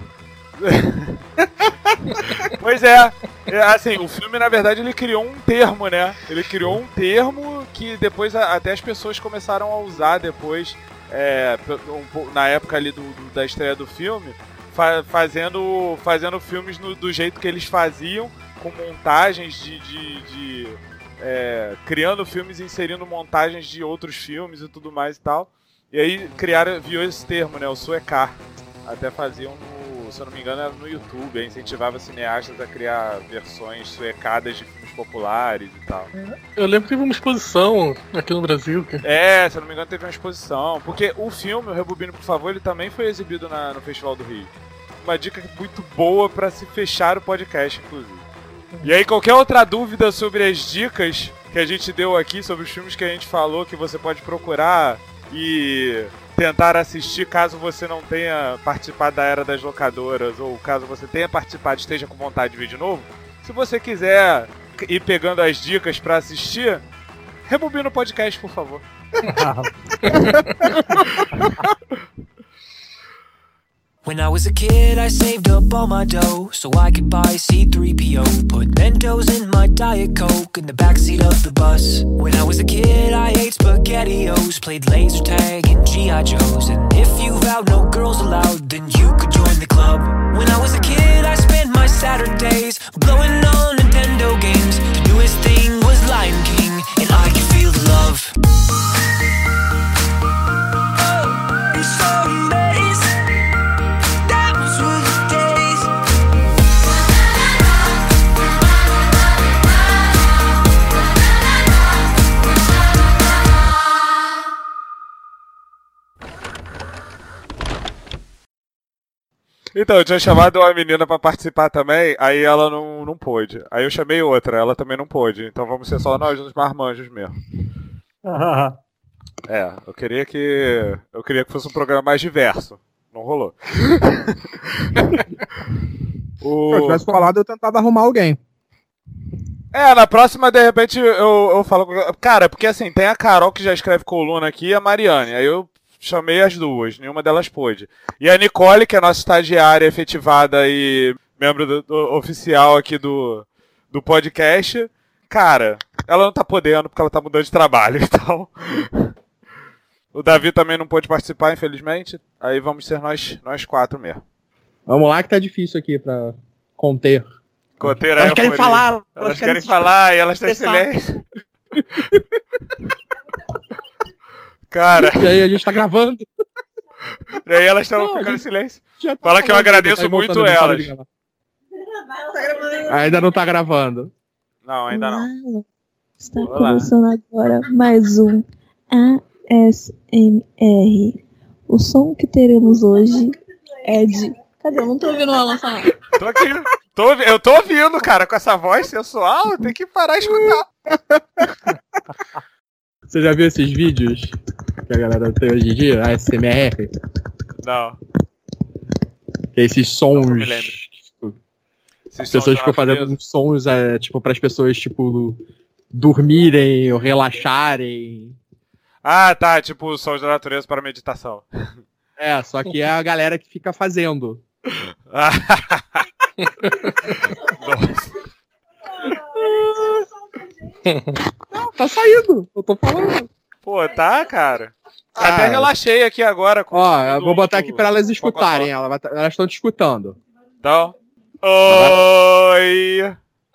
Pois é, assim, o filme na verdade ele criou um termo, né? Ele criou um termo que depois até as pessoas começaram a usar depois, é, um, na época ali do, do, da estreia do filme, fa fazendo, fazendo filmes no, do jeito que eles faziam, com montagens de... de, de é, criando filmes e inserindo montagens de outros filmes e tudo mais e tal. E aí criaram, viu esse termo, né? O suecar. Até faziam no, se eu não me engano, era no YouTube, aí incentivava cineastas a criar versões suecadas de filmes populares e tal. Eu lembro que teve uma exposição aqui no Brasil. Que... É, se eu não me engano, teve uma exposição. Porque o filme, o Rebobine, por favor, ele também foi exibido na, no Festival do Rio. Uma dica muito boa pra se fechar o podcast, inclusive. E aí, qualquer outra dúvida sobre as dicas que a gente deu aqui, sobre os filmes que a gente falou, que você pode procurar e tentar assistir caso você não tenha participado da era das locadoras, ou caso você tenha participado e esteja com vontade de ver de novo, se você quiser ir pegando as dicas pra assistir, rebobina o podcast, por favor. When I was a kid, I saved up all my dough so I could buy C three P O. Put Mentos in my Diet Coke in the backseat of the bus. When I was a kid, I ate SpaghettiOs, played laser tag and G I Joes. And if you vowed no girls allowed, then you could join the club. When I was a kid, I spent my Saturdays blowing on Nintendo games. The newest thing was Lion King, and I could feel the love. Então, eu tinha chamado uma menina pra participar também, aí ela não, não pôde. Aí eu chamei outra, ela também não pôde. Então vamos ser só nós nos marmanjos mesmo. É, eu queria que. Eu queria que fosse um programa mais diverso. Não rolou. o... Se eu tivesse falado, eu tentava arrumar alguém. É, na próxima, de repente, eu, eu falo. Cara, porque assim, tem a Carol que já escreve coluna aqui e a Mariane. Aí eu chamei as duas, nenhuma delas pôde. E a Nicole, que é nossa estagiária efetivada e membro do, do, oficial aqui do, do podcast, cara, ela não tá podendo porque ela tá mudando de trabalho, então... O Davi também não pôde participar, infelizmente. Aí vamos ser nós, nós quatro mesmo. Vamos lá que tá difícil aqui pra conter. Conter Elas querem falar. Elas, elas querem, querem falar e elas estão em silêncio. Cara. E aí, a gente tá gravando. E aí elas estão ficando em silêncio. Tá Fala que eu agradeço muito elas. Ainda não tá gravando. Não, ainda não. Está Olá. Começando agora mais um A S M R. O som que teremos hoje é de... Cadê? Eu não tô ouvindo o Alan falar. Tô aqui. Tô, eu tô ouvindo, cara, com essa voz sensual, tem que parar e escutar. Você já viu esses vídeos que a galera tem hoje em dia? A S M R? Não. Esses sons. Não me lembro. Tipo, as pessoas ficam fazendo uns sons, é, tipo, para as pessoas, tipo, dormirem ou relaxarem. Ah, tá. Tipo, sons da natureza para meditação. É, só que é a galera que fica fazendo. Nossa. Não, tá saindo, eu tô falando. Pô, tá, cara. Ah, até relaxei aqui agora. Com ó, eu vou botar aqui pra elas escutarem. Elas estão te escutando. Então. Oi!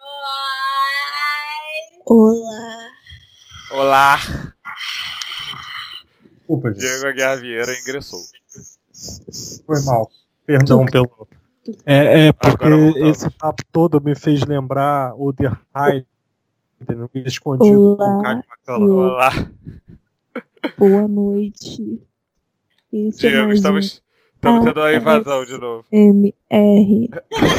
Olá! Olá! Desculpa, Diego Aguiar Vieira ingressou. Foi mal. Perdão pelo. É, é porque esse papo todo me fez lembrar o The High. Escondido Olá, Olá. Boa noite. Esse Diego, é estamos, estamos tendo a invasão de novo. M R.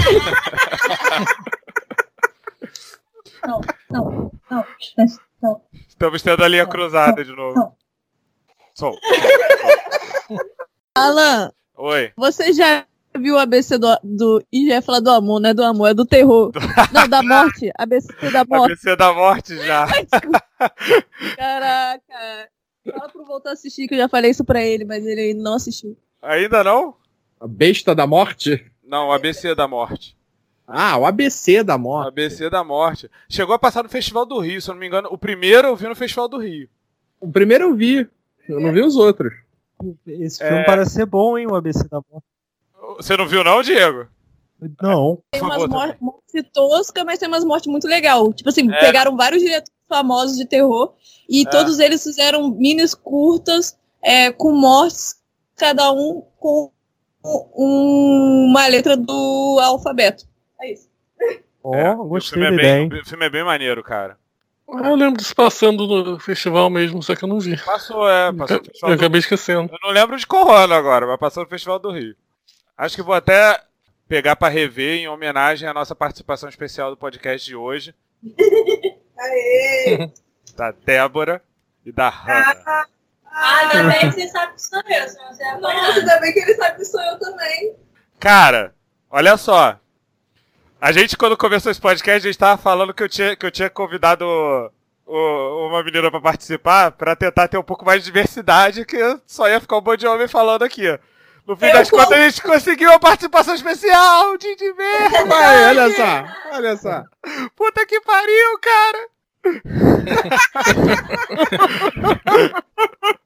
Não, não, não, não. Estamos tendo a linha cruzada de novo. Não. Som. Alan, Oi. Você já viu o A B C do, do... Ih, já ia falar do amor, não é do amor, é do terror. Não, da morte. A B C da morte. A B C da morte já. Caraca. Fala pro voltar a assistir, que eu já falei isso pra ele, mas ele ainda não assistiu. Ainda não? A besta da morte? Não, o A B C da morte. Ah, o A B C da morte. O A B C da morte. Chegou a passar no Festival do Rio, se eu não me engano. O primeiro eu vi no Festival do Rio. O primeiro eu vi. Eu não vi os outros. Esse filme é... parece ser bom, hein, o A B C da morte. Você não viu não, Diego? Não. Tem umas mortes morte toscas, mas tem umas mortes muito legais. Tipo assim, é. pegaram vários diretores famosos de terror e é. todos eles fizeram minis curtas é, com mortes, cada um com um, uma letra do alfabeto. É isso. Ó, é, oh, gostei da ideia. O filme é bem maneiro, cara. Eu lembro disso passando no festival mesmo, só que eu não vi. Passou, é. Passou no eu acabei do... esquecendo. Eu não lembro de Corona agora, mas passou no Festival do Rio. Acho que vou até pegar pra rever em homenagem à nossa participação especial do podcast de hoje. Aê! Da Débora e da Hannah. Ah, ainda bem que você sabe que sou eu, senão você é Nossa, ainda bem que ele sabe que sou eu também. Cara, olha só. A gente, quando começou esse podcast, a gente tava falando que eu tinha, que eu tinha convidado o, o, uma menina pra participar pra tentar ter um pouco mais de diversidade, que só ia ficar um monte de homem falando aqui. No fim das contas, a gente conseguiu a participação especial de de verdade. Vai, olha só, olha só. Puta que pariu, cara.